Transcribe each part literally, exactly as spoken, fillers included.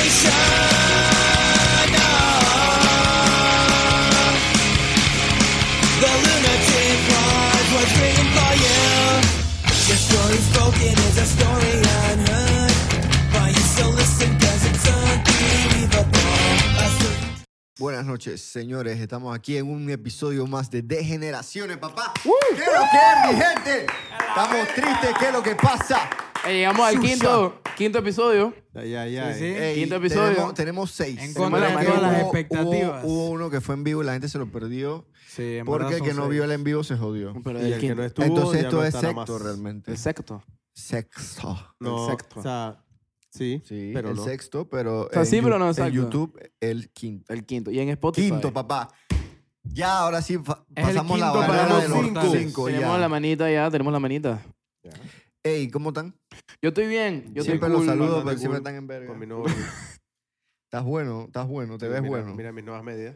Buenas noches, señores. Estamos aquí en un episodio más de Degeneraciones, papá. Uh, ¿Qué es lo que es, mi gente? Estamos tristes. ¿Qué es lo que pasa? Hey, llegamos al quinto, quinto episodio. Ya, ya, ya. Sí, sí. Ey, Quinto episodio. Tenemos, tenemos seis. En contra de Que todas las hubo- expectativas. Hubo, hubo uno que fue en vivo y la gente se lo perdió. Sí, en Porque verdad el que son no seis. vio el en vivo se jodió. Pero Y el el que quinto. no estuvo, Entonces ya esto no es estará sexto más. realmente. El sexto. Sexto. No, El sexto. o sea, sí, Sí, pero el no. sexto, pero sea, en sí, pero Yu- no en exacto. YouTube el quinto. El quinto. Y en Spotify. Quinto, papá. Ya, ahora sí fa- Es el pasamos la quinto barrera para de los los mortales. cinco. Tenemos ya. la manita ya, tenemos la manita. Ya. Ey, ¿cómo están? Yo estoy bien. Yo Siempre estoy los cool. saludo, bastante pero siempre cool. están en verga. Con mi nuevo... Estás bueno, estás bueno, te ves mira, bueno. Mira mis nuevas medidas.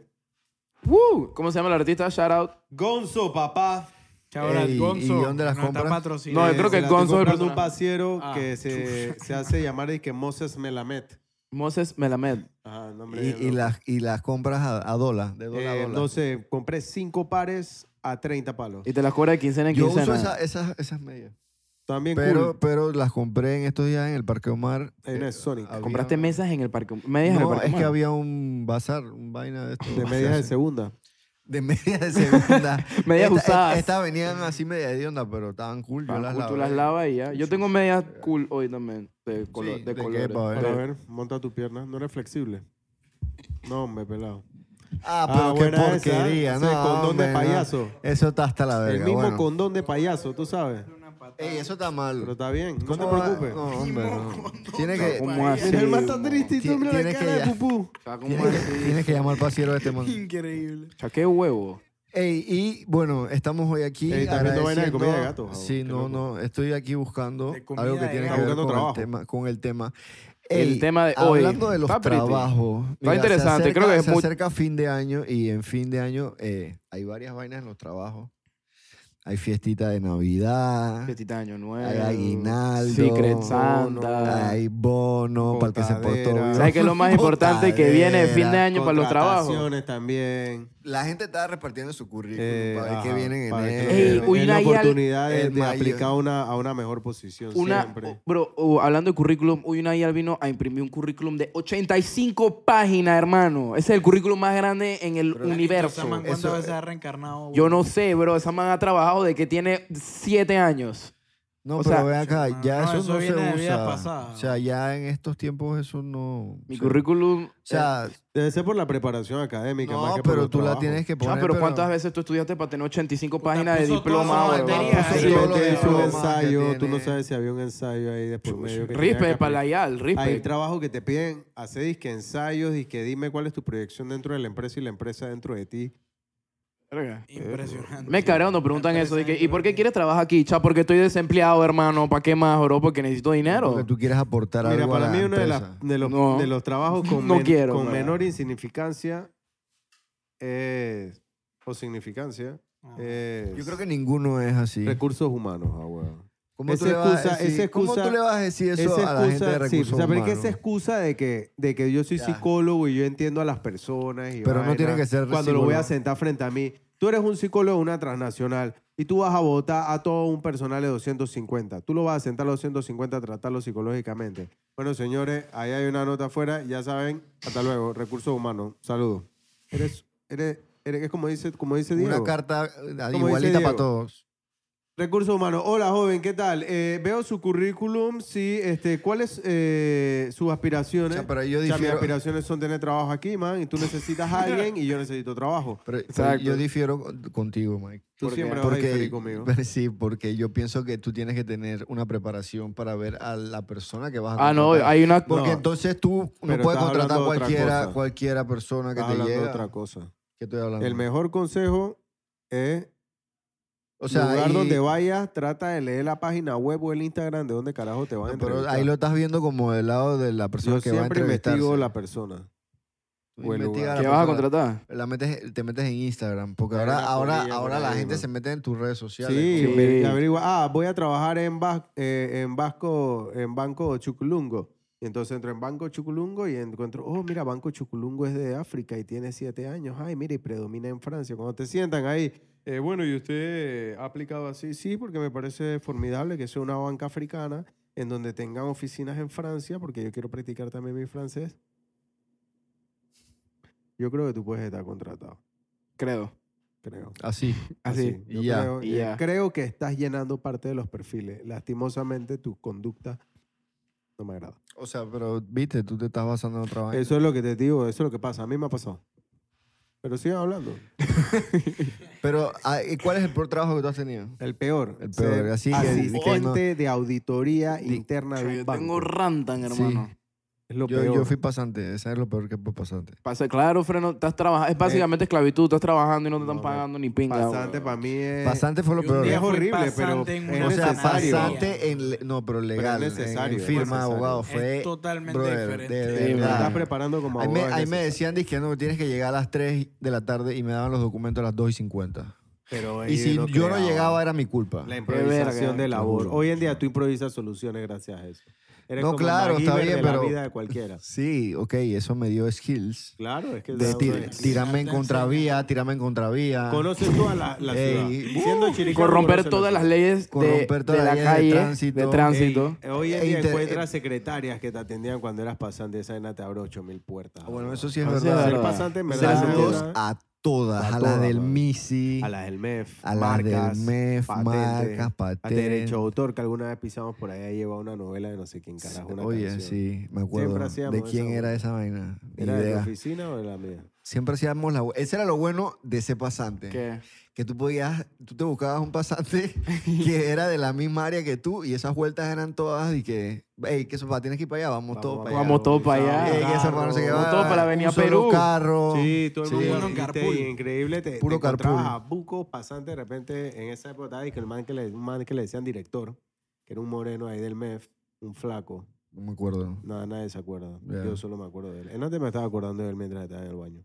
Woo. ¿Cómo se llama el artista? Shout out. Gonzo, papá. Ahora Ey, Gonzo. ¿y dónde las no está compras? patrocinado. No, yo creo que se la estoy Gonzo es el comprando un personaje. pasiero Ah, que se, se hace llamar y que Moses Melamed. Moses Melamed. Ajá, nombre Y, de- y, las, y las compras a, a dólar, de dólar a Eh, dólar. no sé, compré cinco pares a treinta palos. Y te las cobra de quincena en Yo quincena. uso esa- esas, esas medias. También Pero, cool. pero las compré en estos días en el Parque Omar. Hay una Eh, de Sonic. había- Compraste mesas en el parque. Medias en el No, parque. es que Omar. había un bazar, un vaina de esto. De medias de segunda. De medias de segunda. Medias Esta- usadas. Estas venían así medias de onda, pero estaban cool. Yo Ah, las cool, lavé. tú las lavas y ya. Yo tengo medias cool hoy también. De, color, Sí, de, ¿de qué, colores. pa' ver? Para ver, monta tu pierna. No eres flexible. No, hombre, pelado. Ah, pero Ah, qué buena esa. porquería. Ese No, condón de hombre, no. payaso. Eso está hasta la verga. El mismo bueno. condón de payaso, tú sabes. Ey, eso está mal. Pero está bien, no te ¿Cómo va? preocupes. No, hombre, no. Tiene que, ¿Cómo así? El más está triste y tú, hombre, la Tienes que cara de ya- pupú. O sea, ¿cómo tienes que, así? tienes que llamar al pasiero de este man. Increíble. O sea, qué huevo. Ey, y bueno, estamos hoy aquí. Ey, estás viendo vaina de agradeciendo- comida de gato, Javo, Sí, qué no, loco. no. Estoy aquí buscando De comida algo que de tiene gato. que ver Buscando con el, trabajo. tema, con el tema. El Ey, tema de hoy. Hablando de los Está pretty. trabajos. Está interesante, Se acerca, creo que es se muy- acerca fin de año y en fin de año eh, hay varias vainas en los trabajos. Hay fiestita de Navidad. Fiestita de Año Nuevo. Hay aguinaldo. Secret Santa. Hay bono para el que se portó Botadera. bien. ¿Sabes qué es lo más importante que viene de fin de año para los trabajos? Contrataciones también. La gente está repartiendo su currículum Eh, para ver qué ajá, vienen en para ver enero. qué- Ey, uy, es la una- y al- oportunidad de, el de mayo. aplicar una, a una mejor posición Una, siempre. bro, uh, hablando de currículum, hoy una I A vino a imprimir un currículum de ochenta y cinco páginas, hermano. Ese es el currículum más grande en el universo. Esa man, ¿cuántas Eso- veces ha reencarnado? Yo no sé, bro. Esa man ha trabajado de que tiene siete años. No, O pero sea, ve acá, no, ya no, eso, eso no viene de se vidas usa. pasadas. O sea, ya en estos tiempos eso no... Mi o sea, currículum... O sea, Debe ser por la preparación académica. más no, que por pero los tú la trabajos. tienes que Ah, poner... pero ¿cuántas veces tú estudiaste para tener ochenta y cinco Puta, páginas de puso diploma? todas sus huevón? materias Puso ahí. todos los Simplemente hizo un idiomas que ensayo. Tú no tiene. sabes si había un ensayo ahí de por medio. que tenía Rispe que para la aplicar. I A L, Hay rispe. trabajos que te piden hacer disque ensayos y que dime cuál es tu proyección dentro de la empresa y la empresa dentro de ti. Verga. Impresionante. Me careo cuando preguntan La eso. de que, empresa ¿y por qué dentro de quieres trabajar aquí? Cha, porque estoy desempleado, hermano. ¿Para qué más, bro? Porque necesito dinero. Porque tú quieres aportar Mira, algo para a mí la uno de, las- empresa. de los, No. de los trabajos con, No men- quiero, con man. menor insignificancia es, o significancia es Yo creo que ninguno es así. recursos humanos. Ah, weón. ¿Cómo, esa tú le vas a excusa- decir, esa ¿Cómo excusa- tú le vas a decir eso Esa a la gente de excusa, sí, recursos o sea, pero es que humanos? esa excusa de que, de que yo soy Ya. psicólogo y yo entiendo a las personas y Pero no vaina, tiene que ser cuando lo voy a psicólogo. sentar frente a mí. Tú eres un psicólogo de una transnacional y tú vas a votar a todo un personal de doscientos cincuenta. Tú lo vas a sentar a los doscientos cincuenta a tratarlo psicológicamente. Bueno, señores, ahí hay una nota afuera. Ya saben, hasta luego. Recursos humanos. Saludos. Eres, eres, eres, es como dice, como dice Diego. Una carta eh, dice igualita Diego. para todos. Recursos humanos. Hola, joven, ¿qué tal? Eh, veo su currículum, sí. Este, ¿Cuáles eh, sus aspiraciones? O sea, pero yo O sea, mis difiero- aspiraciones son tener trabajo aquí, man, y tú necesitas a alguien y yo necesito trabajo. Pero, pero Exacto. yo difiero con- contigo, Mike. Tú ¿Por qué? siempre vas a Porque, diferir conmigo. sí, porque yo pienso que tú tienes que tener una preparación para ver a la persona que vas a Ah, no, contratar. hay una... Porque No. entonces tú no Pero puedes estás contratar hablando de otra cualquiera, cosa. cualquiera persona que Estás te hablando de llegue. otra cosa. ¿Qué estoy hablando? El mejor consejo es, o sea, lugar ahí- donde vayas, trata de leer la página web o el Instagram de donde carajo te van a no, pero entrevistar. ahí lo estás viendo como del lado de la persona Yo que va a siempre entrevistarse. investigo la persona. Tú o el investigas lugar. la ¿Qué vas a persona, contratar? la metes, te metes en Instagram, porque Hay ahora, una ahora, polilla ahora por la ahí, gente ¿no? se mete en tus redes sociales. Sí, como- Sí. me- averigua. Ah, voy a trabajar en, Vas- eh, en Vasco, en Banco Chuculungo. Y entonces entro en Banco Chuculungo y encuentro, oh, mira, Banco Chuculungo es de África y tiene siete años. Ay, mira, y predomina en Francia. Cuando te sientan ahí, eh, bueno, ¿y usted ha aplicado así? Sí, porque me parece formidable que sea una banca africana en donde tengan oficinas en Francia, porque yo quiero practicar también mi francés. Yo creo que tú puedes estar contratado. Creo. Creo. Así. Así. Yo y ya, creo, y eh, ya. creo que estás llenando parte de los perfiles. Lastimosamente, tu conducta no me agrada. O sea, pero viste, tú te estás basando en otra vaina. Eso es lo que te digo, eso es lo que pasa. A mí me ha pasado. Pero sigan hablando. Pero, ah, ¿y ¿cuál es el peor trabajo que tú has tenido? El peor. El peor, ser así que- asistente que no- de auditoría interna de Yo un banco. tengo rantan, hermano. Es lo Yo, peor. yo fui pasante, ese es lo peor que fue pasante. Pasa, claro, freno, estás trabajando. Es básicamente esclavitud. Estás trabajando y no te están No, pagando ni pinga. Pasante weón. para mí es... Pasante fue lo Yo un peor. día Es fui horrible, pero pasante en es una O sea, necesario. pasante en... le- No, pero legal. Pero es necesario, en, es firma, necesario. abogado. Es Fue... totalmente brother, diferente. de Sí, Te man. verdad. estás preparando como Ahí me, abogado. ahí es me necesario. decían, dizque no, tienes que llegar a las tres de la tarde y me daban los documentos a las dos y cincuenta. Pero Y ellos si yo no creaban llegaba era mi culpa. La verga, improvisación de te labor. juro. Hoy en día tú improvisas soluciones gracias a eso. Eres No, como claro, está MacGyver bien, de la pero- vida de cualquiera. Sí, ok, eso me dio skills. Claro, es que... De eso tir- es- tirarme en Te contravía, tirarme en contravía. Conoces toda la, la Ey, ciudad. Siendo chiricano, Corromper conoces todas la las ciudad. leyes de, Corromper todas de las la leyes de calle, tránsito. de tránsito. Ey, hoy en E día inter- encuentras secretarias que te atendían cuando eras pasante. Esa vaina te abre ocho mil puertas. Ah, bueno, eso sí es Eso sí es verdad. Ser verdad. pasante en verdad Saludos es una- a todas, A a, las todas, del man. Misi, a las del M E F, a las marcas, del M E F, patente, marcas, a patentes. derecho de autor, que alguna vez pisamos por ahí, lleva una novela de no sé quién carajo, una Oye, canción. sí, me acuerdo. Siempre hacíamos ¿De quién esa era vaina. esa vaina? Ni ¿Era de la idea. oficina o de la mía? Siempre hacíamos la... Ese era lo bueno de ser pasante. ¿Qué? Que tú podías... Tú te buscabas un pasante que era de la misma área que tú y esas vueltas eran todas y que... Ey, que eso, tienes que ir para allá, vamos, todos para allá. Vamos todos para allá. Ey, que eso, para no sé qué, Vamos va, todos para la Avenida un solo Perú. carro. Sí, todo el Sí. mundo Uno en y te- carpool. increíble. Te, Puro te encontrabas carpool. a bucos pasantes de repente en esa época y que el man que le, un man que le decían director, que era un moreno ahí del M E F, un flaco. No me acuerdo. Nada, nadie se acuerda. Ya. Yo solo me acuerdo de él. Él antes me estaba acordando de él mientras estaba en el baño.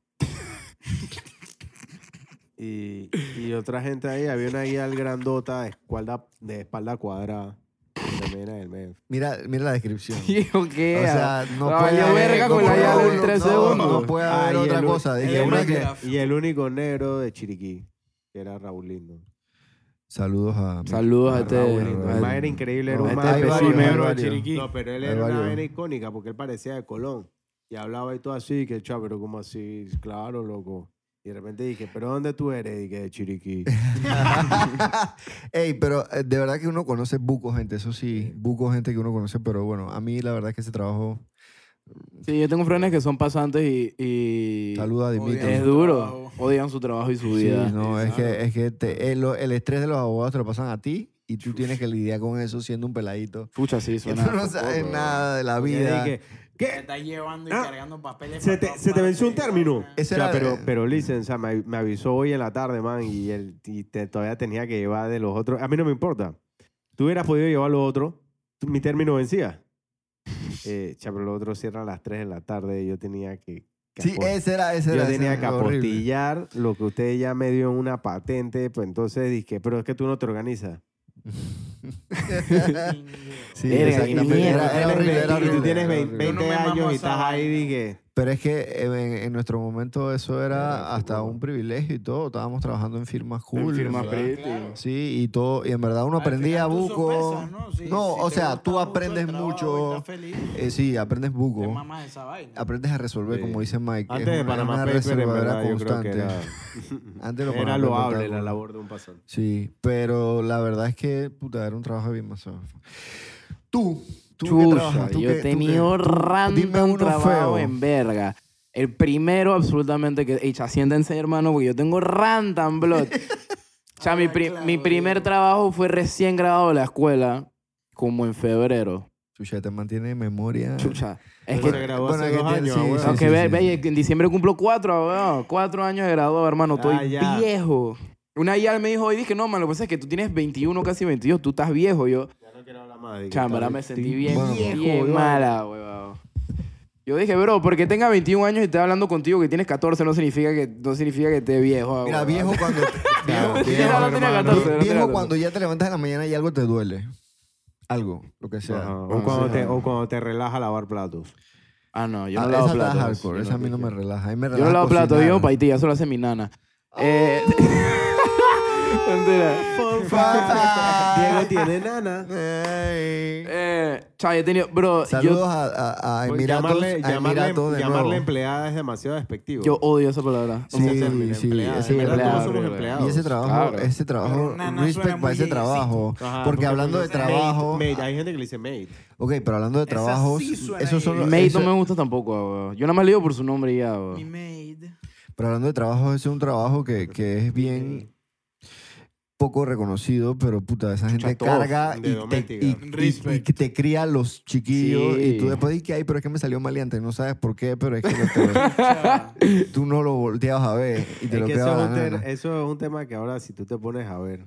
y, y otra gente ahí, había una guía al grandota de espalda, de espalda cuadrada. Que también era del M E F. Mira, mira la descripción. Hijo, ¿qué? O sea, no Ah, puede yo haber... verga con no la puede llave haber- en tres no, segundos. No puede Ah, haber y otra el- cosa. el Dije, una único- que... Y el único negro de Chiriquí, que era Raúl Lindo. Saludos a... Saludos a Ah, este. Raúl Lindo. a- El man era increíble, era No, un este man- hay varios, espécimen. hay de varios. Chiriquí. No, pero él Hay era una varios. vaina icónica porque él parecía de Colón. Y hablaba y todo así, que chá, pero como así, claro, loco. Y de repente dije, ¿pero dónde tú eres? Y que de Chiriquí. Ey, pero eh, de verdad que uno conoce buco gente, eso sí, buco gente que uno conoce, pero bueno, a mí la verdad es que ese trabajo... Sí, yo tengo frenes que son pasantes y. y Saluda a Dimitri. es su duro. trabajo. Odian su trabajo y su Sí, vida. no, es claro. que, es que te- el, el estrés de los abogados te lo pasan a ti y tú tienes que lidiar con eso siendo un peladito. Pucha, sí, Que suena. tú no sabes poco, nada de la Y vida. dije, Te ¿qué? estás llevando y Ah, cargando papeles. Se para te, todas se te venció un partes, término. vaina. Ese O sea, era- pero, pero listen, o sea, me, me avisó hoy en la tarde, man, y, él, y te- todavía tenía que llevar de los otros. A mí no me importa. Tú hubieras podido llevar los otros, tú- mi término vencía. Eh, cha, pero los otros cierran a las tres de la tarde y yo tenía que... que Sí, apost- ese era, ese yo era. ese tenía era que horrible. apostillar lo que usted ya me dio en una patente, pues entonces dije, pero es que tú no te organizas. Sí, Verga, exactamente. qué Era, mierda. era horrible, era y horrible, tú tienes era veinte, horrible. Yo no me años mamo y esa estás ahí, vaina. dije... Pero es que en, en nuestro momento eso era Era hasta fútbol. un privilegio y todo. Estábamos trabajando en firmas cool. En firmas ¿verdad? pretty. Claro. Sí, y todo. Y en verdad uno Al aprendía final tú buco. sopesas, ¿no? Si- No, si o te sea, gusta tú mucho el aprendes trabajo y mucho. estás feliz, Eh, sí, aprendes te buco. mamas esa vaina. Aprendes a resolver, Sí. como dice Mike. Antes Es de una- Panama una Paper, en reservadora verdad, yo creo que constante. era, Antes lo era Panama loable Paper, la tal, labor de un pasante. Sí, pero la verdad es que, puta, era un trabajo bien más. Tú, tú qué Chucha, trabajas, tú yo qué- he tú tenido qué- tú- dime random uno trabajo feo. en verga. El primero absolutamente que... Ey, siéntense, hermano, porque yo tengo random blood. O sea, mi, Habla pri- claro, mi primer digo. trabajo fue recién graduado de la escuela, como en febrero. Chucha, te mantiene memoria. Chucha. Es Pero que... se graduó bueno, hace es que dos tiene- años, sí, abuelo. sí, Aunque sí, ve, sí. ve, en diciembre cumplo cuatro, weón. Cuatro años de graduado, hermano. Estoy Ah, ya. viejo. Una guía me dijo, y dije, no, man, lo que pasa es que tú tienes veintiuno, casi veintidós. Tú estás viejo. Yo, Ya no quiero hablar más. de que chambara, tal me vez sentí estoy bien, Bueno. bien viejo, weón. mala, weón. Yo dije, bro, porque tenga veintiún años y esté hablando contigo que tienes catorce no significa que, no significa que esté viejo. Mira, weón. viejo cuando... viejo, Claro, viejo, no tenía hermano. catorce, no tenía Viejo catorce. cuando ya te levantas en la mañana y algo te duele. algo, lo que sea. Ajá. Bueno, O, cuando sí. te, o cuando te relaja lavar platos. Ah, no, yo no Ah, lavo esa está platos. hardcore, yo esa no a mí no me quiero. relaja. A mí me Yo relaja no lavo platos, cocinar. yo para Haití, eso lo hace mi nana. Eh, Mentira. Diego tiene nana. Ey. Eh, chao, he tenido, bro, Saludos yo, a, a, a Pues Emiratos, llamarle, a llamarle, Emiratos de llamarle nuevo. empleada es demasiado despectivo. yo odio esa palabra. Sí, Ese término, sí, empleada. ese En verdad empleado, todos somos horrible. empleados. Y ese trabajo, Claro. ese trabajo, Pero nana suena respect muy para ese gayecito. trabajo. Ajá, porque hablando de maid, trabajo, maid, hay gente que le dice maid. ok, pero hablando de Esa trabajos, sí suena esos son los, Mate eso- no me gusta tampoco, weón. Yo nada más le digo por su nombre y ya, weón. Mi maid. pero hablando de trabajos, ese es un trabajo que, que es bien poco reconocido, pero puta, esa gente Chucha, carga de y te, doméstica. y, y- y Respect. que te cría a los chiquillos Sí. y tú después dices que ay, pero es que me salió maleante, no sabes por qué, pero es que no Chao. te- tú no lo volteabas a ver y te Es lo que quedaba eso, la es un ter- nana. eso es un tema que ahora si tú te pones a ver,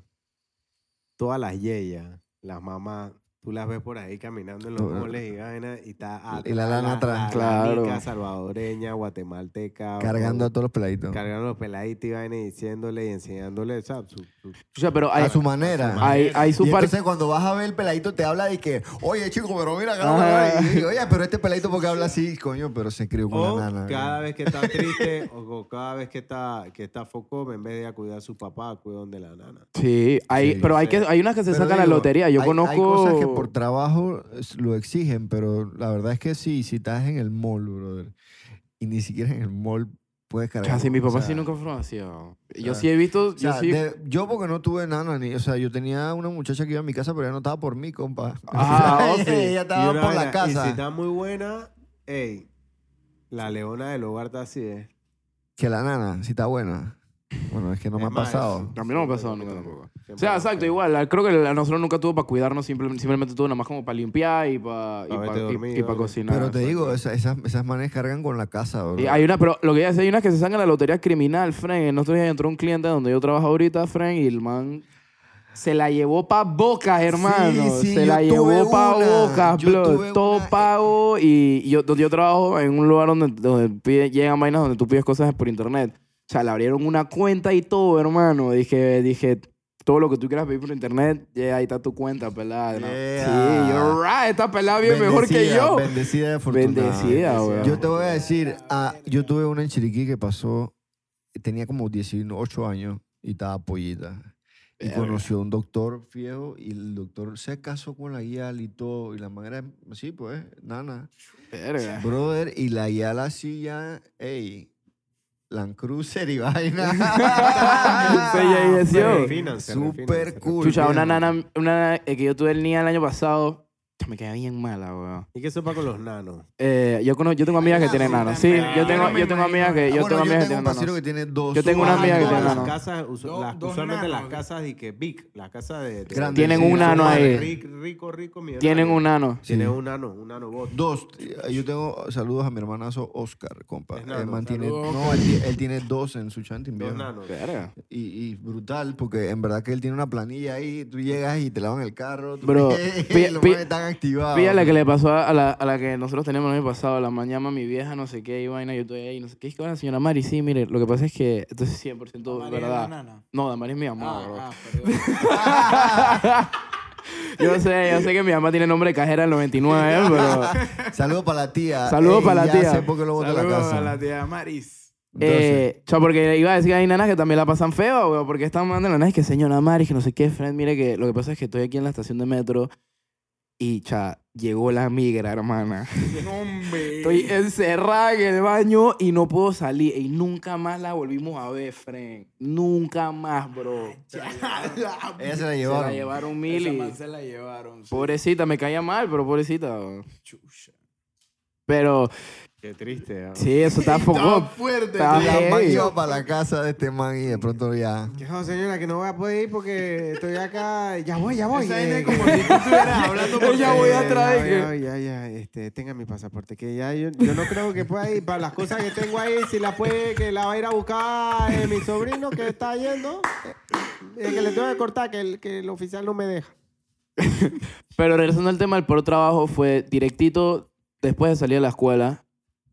todas las yeyas, las mamás, tú las ves por ahí caminando en los Todo. moles y vainas y está Y la lana atrás. Claro. nica salvadoreña, guatemalteca. Cargando o- a todos los peladitos. cargando los peladitos y vainas y diciéndole y enseñándole, ¿sabes? Su- su- O sea, pero hay, A su manera. hay, hay su Y par... entonces cuando vas a ver el peladito te habla de que, oye chico, pero mira acá, Ajá. y digo, oye, pero este peladito porque habla así, coño, pero se crió con O la nana. cada vez que está triste o, o cada vez que está, que está foco, en vez de ir a cuidar a su papá, cuidan de la nana. Sí, hay, Sí, pero hay, sí. que, hay unas que se Pero sacan la digo, lotería. Yo hay- conozco... Hay cosas que por trabajo es- lo exigen, pero la verdad es que sí, si estás en el mall, brother, y ni siquiera en el mall puedes cargar. Casi mi o papá sea, sí nunca fueron así. weón. Yo sea, sí he visto... O sea, yo sí... de- yo porque no tuve nana, ni, o sea, yo tenía una muchacha que iba a mi casa, pero ella no estaba por mí, compa. Ah, O sea, oh, sí. ella Y estaba una por la vaina, Y si casa. está muy buena, ey, la leona del hogar está así, ¿eh? Que la nana, si está buena. Bueno, es que no me ha Es más, pasado. A mí no me ha pasado siempre nunca repito, tampoco. O siempre sea, repito. exacto, igual. la- Creo que a nosotros nunca tuvo para cuidarnos, simple- simplemente tuvo nada más como para limpiar y para Pa' verte dormido, ¿no? cocinar. Pero te exacto. digo, esa- esas, esas manes cargan con la casa, bro. Y hay una, pero lo que ya sé, hay unas que se sacan la lotería criminal, Fren. En otros días entró un cliente donde yo trabajo ahorita, Fren, y el man se la llevó pa' bocas, hermano. Sí, sí, se yo la tuve llevó pa' una. bocas, Yo bro. tuve Todo una- pago. Y y yo, donde yo trabajo en un lugar donde, donde pide- llegan vainas donde tú pides cosas por internet. O sea, le abrieron una cuenta y todo, hermano. Dije, dije, todo lo que tú quieras pedir por internet, ya ahí está tu cuenta, pelada. ¿no? Yeah. Sí, you're right. Esta pelada bien mejor que Bendecida, yo. Bendecida y afortunada. Bendecida, weón. Yo te voy a decir, ah, yo tuve una en Chiriquí que pasó, tenía como dieciocho años y estaba pollita. Y Verga. conoció a un doctor viejo y el doctor se casó con la guial y todo. Y la manera, sí, pues, nana. Verga. Brother, y la guial así ya, ey, Land Cruiser y vaina. Sí, ya ahí decía. Se refinan, se refinan, Súper se cool. Chucha, una viejo. nana, una nana eh, que yo tuve el niño el año pasado, me queda bien mala, weón. ¿Y qué sopa con los nanos? Eh, yo, conozco, yo tengo amigas que tienen nanos. Sí, yo tengo, yo tengo amigas que, Ah, yo bueno, tengo amigas que tengo un tienen parcero nanos. que tiene dos. Yo tengo una Ah, amiga que no, tiene las nano. casas, usu- Do- las- dos usualmente las nanos. casas y que big, las casas de, de- Grandes, Tienen sí, un nano sí. ahí. Rico, rico, rico, millonario. Tienen un nano. Tienen Sí. un nano, un nano bot. Dos. Yo tengo saludos a mi hermanazo Oscar, compa. Es nano. Él, mantiene, Saludos, no, él, ti- él tiene dos en su chanting, Dos viejo. nanos. Verga. Y, y brutal, porque en verdad que él tiene una planilla ahí, tú llegas y te lavan el carro. tú- Bro, pi- los pi- manes están activados. Fíjate la que le pasó a la, a la que nosotros teníamos el año pasado, a la mañana mi vieja, no sé qué, y vaina, yo estoy ahí, no sé qué, es que va la señora Mari, sí, mire, lo que pasa es que esto es cien por ciento María verdad. la nana. No, Damari es mi mamá, bro. Ah, ah, perdón. Yo sé, yo sé que mi mamá tiene nombre de cajera del noventa y nueve, pero... Saludos para la tía. Saludos Ey, para la ya tía. sé por qué lo boté a la Saludos casa. a la tía Maris. Eh, o sea, porque iba a decir que hay nanas que también la pasan feo, güey, porque están mandando la nana, es que señora Mari, que no sé qué, friend, mire que lo que pasa es que estoy aquí en la estación de metro y, cha, llegó la migra, hermana. No, hombre. Estoy encerrada en el baño y no puedo salir. Y nunca más la volvimos a ver, friend. Nunca más, bro. Ella se la Se la llevaron. llevaron mil Esa y... man se la llevaron. sí. Pobrecita, me caía mal, pero pobrecita. Chucha. Pero, Qué triste. ¿ah? sí, eso está Estaba poco... fuerte. Está La heavy. man iba para la casa de este man y de pronto ya. Que no, señora, que no voy a poder ir porque estoy acá. Ya voy, ya voy. Esa eh, gente que- como si tú estuvieras hablando por Ya voy Eh, atrás, ya, que- Ya, ya, ya, este, tenga mi pasaporte. Que ya yo, yo no creo que pueda ir. Para las cosas que tengo ahí, si la puede, que la va a ir a buscar eh, mi sobrino que está yendo. eh, que le tengo que cortar, que el, que el oficial no me deja. Pero regresando al tema, el peor trabajo fue directito después de salir de la escuela.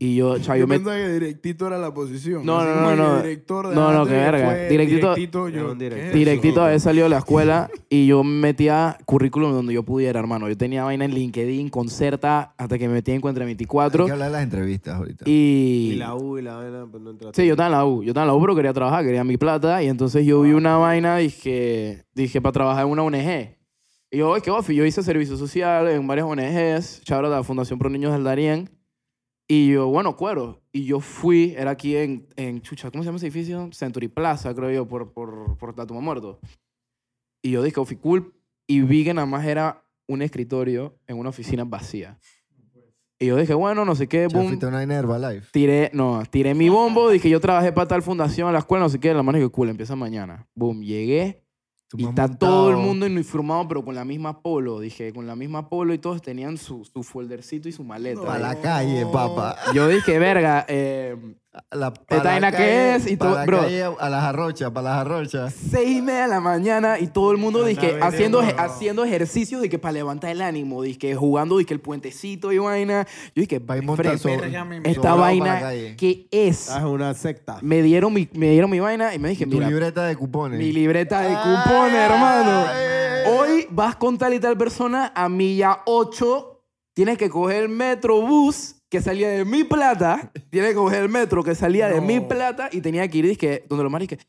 Y yo, o sea, Yo yo me... pensaba que directito era la posición. No, Así no, como no, que no. Director de No, no, arte qué verga. fue Directito- directito yo, Era un director. ¿qué es eso? Directito había salido de la escuela y yo metía currículum donde yo pudiera, hermano. Yo tenía vaina en LinkedIn, Concerta, hasta que me metí en Encuentra veinticuatro. Hay que hablar de las entrevistas ahorita. Y... Y la U y la vaina, pues no entraste. Sí, yo estaba en la U. Yo estaba en la U, pero quería trabajar, quería mi plata. Y entonces yo vi una vaina, dije, dije para trabajar en una O N G. Y yo, ¿qué ofi? Yo hice servicio social en varias O N Ges, chabra de la Fundación Pro Niños del Darién. Y yo, bueno, cuero. Y yo fui, era aquí en, en Chucha, ¿cómo se llama ese edificio? Century Plaza, creo yo, por, por, por la Tuma Muerto. Y yo dije, ofi, cool. Y vi que nada más era un escritorio en una oficina vacía. Y yo dije, bueno, no sé qué, Ya boom. fuiste a una vaina de Herbalife. Tiré, no, tiré mi bombo, dije, yo trabajé para tal fundación en la escuela, no sé qué, la mano dije, cool, empieza mañana. Boom, llegué. Tú Y más está montado. todo el mundo uniformado, pero con la misma polo. Dije, con la misma polo y todos tenían su, su foldercito y su maleta. Para la calle, papá. Yo dije, verga, eh, A la, ¿Esta pa' la vaina qué calle, es? Y pa' todo- la bro. calle, a las arrochas, para las arrochas. seis y media de la mañana y todo el mundo Anda, dizque, veneno. haciendo, haciendo ejercicios de que para levantar el ánimo, dizque, jugando dizque, el puentecito y vaina. Yo dije, Pa' ir montar Fred, sobre- verga, me- esta sobrado para la vaina, calle. ¿qué es? Ah, es una secta. Me dieron mi, me dieron mi vaina y me dije, Tu mira, libreta de cupones. mi libreta de Ay, cupones, hermano. ay. Hoy vas con tal y tal persona a milla ocho, tienes que coger el metrobús que salía de mi plata, tienes que coger el metro que salía de No. mi plata y tenía que ir, dizque, donde los maris que...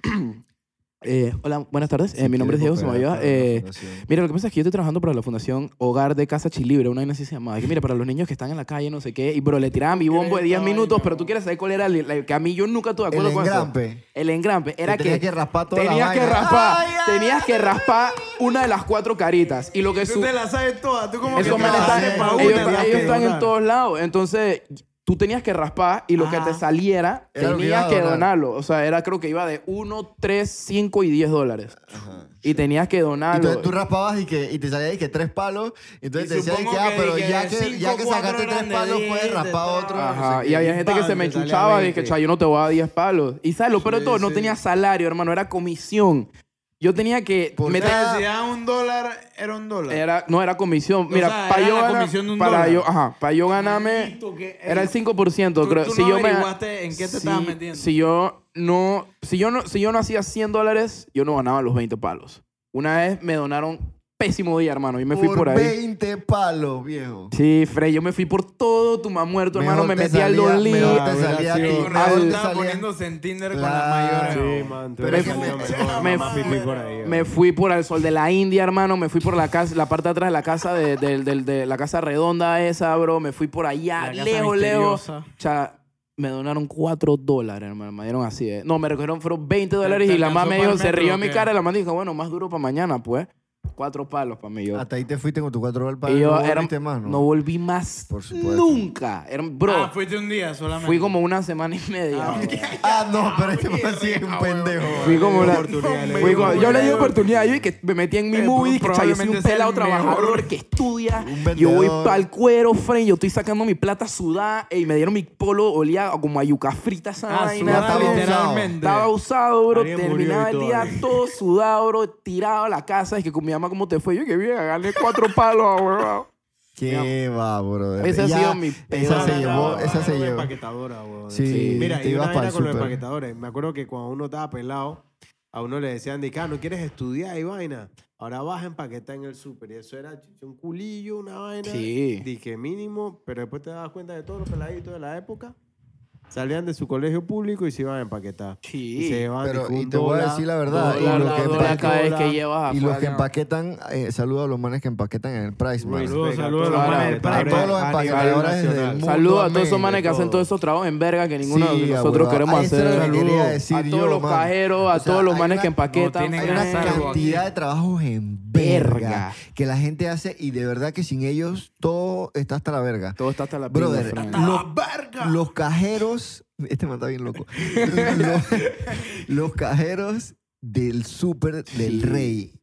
Eh, hola, buenas tardes. Eh, Si mi nombre es quieres Diego cooperar Somayoa. para la Eh, fundación. mira, lo que pasa es que yo estoy trabajando para la Fundación Hogar de Casa Chilibre, una vaina así se llama. Que mira, para los niños que están en la calle, no sé qué. Y bro, le tiraban mi bombo de diez minutos, pero tú quieres saber cuál era el, el que a mí yo nunca estuve de El acuerdo con eso. engrampe. El engrampe. Era Te tenías que, que raspar toda la tenías que vaina. raspar, Ay, ay, tenías que raspar una de las cuatro caritas. Y lo que Tú su- te la sabes toda. Tú como esos que manes te están, la sí, pa' sí, una, ellos, tienes ellos que están en donar. todos lados. Entonces, tú tenías que raspar y lo que Ajá. te saliera, Era lo que tenías iba a que donar. donarlo. O sea, era creo que iba de uno, tres, cinco y diez dólares. Ajá. Y tenías que donarlo. Entonces tú raspabas y, que, y te salía y que tres palos. Entonces Y te decían supongo que, ah, que- pero que ya de que, cinco, ya que cuatro sacaste eran tres de palos, diez, puedes de raspar tal. otro. no Ajá, sé y qué. había gente que Pan, se me te salía chuchaba y que, veinte. cha, yo no te voy a dar diez palos. Y sabes, lo peor de Sí, todo, no sí. tenía salario, hermano, era comisión. Yo tenía que Por meter... cada- Si daban un dólar, era un dólar. Era, no, era comisión. Mira, sea, para era yo la ganar... comisión de un para dólar. yo, ajá, para yo ganarme... Maldito que- Era el cinco por ciento, Tú- creo. tú si no yo me... averiguaste en qué te si, estabas metiendo. Si yo no... Si yo no, si yo no hacía cien dólares, yo no ganaba los veinte palos. Una vez me donaron... Pésimo día, hermano. Yo me fui por ahí. veinte palos, viejo. Sí, Frey, yo me fui por todo tu mamá muerto, hermano. Mejor Me te metí al salía- Don Lee. mejor te Ah, salía a ti, sí. Con mejor razón te estaba salía- poniéndose en Tinder con Claro. las mayores. Sí, man. Tú Pero eres es que el me- mejor me- mamá pipí por ahí. Me fui por el sol de la India, hermano. Me fui por la casa, la parte de atrás de la casa de, de- de- de la casa redonda esa, bro. Me fui por allá, La casa lejos, lejos. misteriosa. O sea, me donaron cuatro dólares, hermano. Me dieron así, ¿eh? No, me recogieron, fueron veinte dólares te y la mamá alcanzó me para dijo, el se metro rió o en mi qué? cara y la mamá dijo, bueno, más duro para mañana, pues. Cuatro palos para mí, yo. Hasta ahí te fuiste con tu cuatro dólares para Y yo no era- volviste más, ¿no? no volví más Por supuesto. nunca. Era- bro, Ah, fuiste un día solamente. fui como una semana y media. Ah, bro. Ah, no, pero este man sí es un pendejo. Fui como una... oportunidad, le fui dio como- yo le di oportunidad. oportunidad. Yo que me metí en mi Eh, movie, que cha, yo soy un probablemente sea pelado el mejor. trabajador que estudia. Un Yo voy vendedor. para el cuero, friend. Yo estoy sacando mi plata sudada y me dieron mi polo, olía como a yuca frita esa Ah, vaina. sudada estaba literalmente. Estaba usado, bro. Alguien murió Terminaba y el todo día ahí. todo sudado, bro. Tirado a la casa. Es que con mi mamá, ¿cómo te fue? Yo, que bien, gané cuatro palos, bro. Qué va, bro. Ese ha Ya, sido mi Esa se peor- llevó, esa se Era una llevó. empaquetadora, weón. Sí, Mira, te y ibas una para vaina el con los súper. empaquetadores. Me acuerdo que cuando uno estaba pelado, a uno le decían, de que, ah, no quieres estudiar y vaina. Ahora vas a empaquetar en el súper. Y eso era chicho, un culillo, una vaina. Sí. Dije mínimo, pero después te das cuenta de todos los peladitos de la época. Salían de su colegio público y se iban a empaquetar. Sí. Y se llevaban Pero, dije, un y te voy a dólar, decir la verdad, dos y Dólar, lo dólares, que dólar empaque- cada vez dólar. que llevas Y los que afuera. empaquetan, eh, saludos a los manes que empaquetan en el Price, man. Saludos, Respect saludos a a los todos manes del empaquetadores Price. Todos los a nivel empaquetadores del nacional. mundo. Saludos a todos amén, esos manes de que hacen todo. todos esos trabajos en verga que ninguno de Sí, nosotros abuelo. queremos Ah, eso era hacer. lo que quería Saludos decir a yo, todos los man. cajeros, a O sea, todos los hay manes una- que empaquetan. no tienen Hay que una hacer algo aquí. cantidad de trabajos en verga, Verga. que la gente hace y de verdad que sin ellos todo está hasta la verga. Todo está hasta la Brother, pinga, los, friend. verga! los cajeros, este man está bien loco. los, los cajeros del súper del Sí. rey.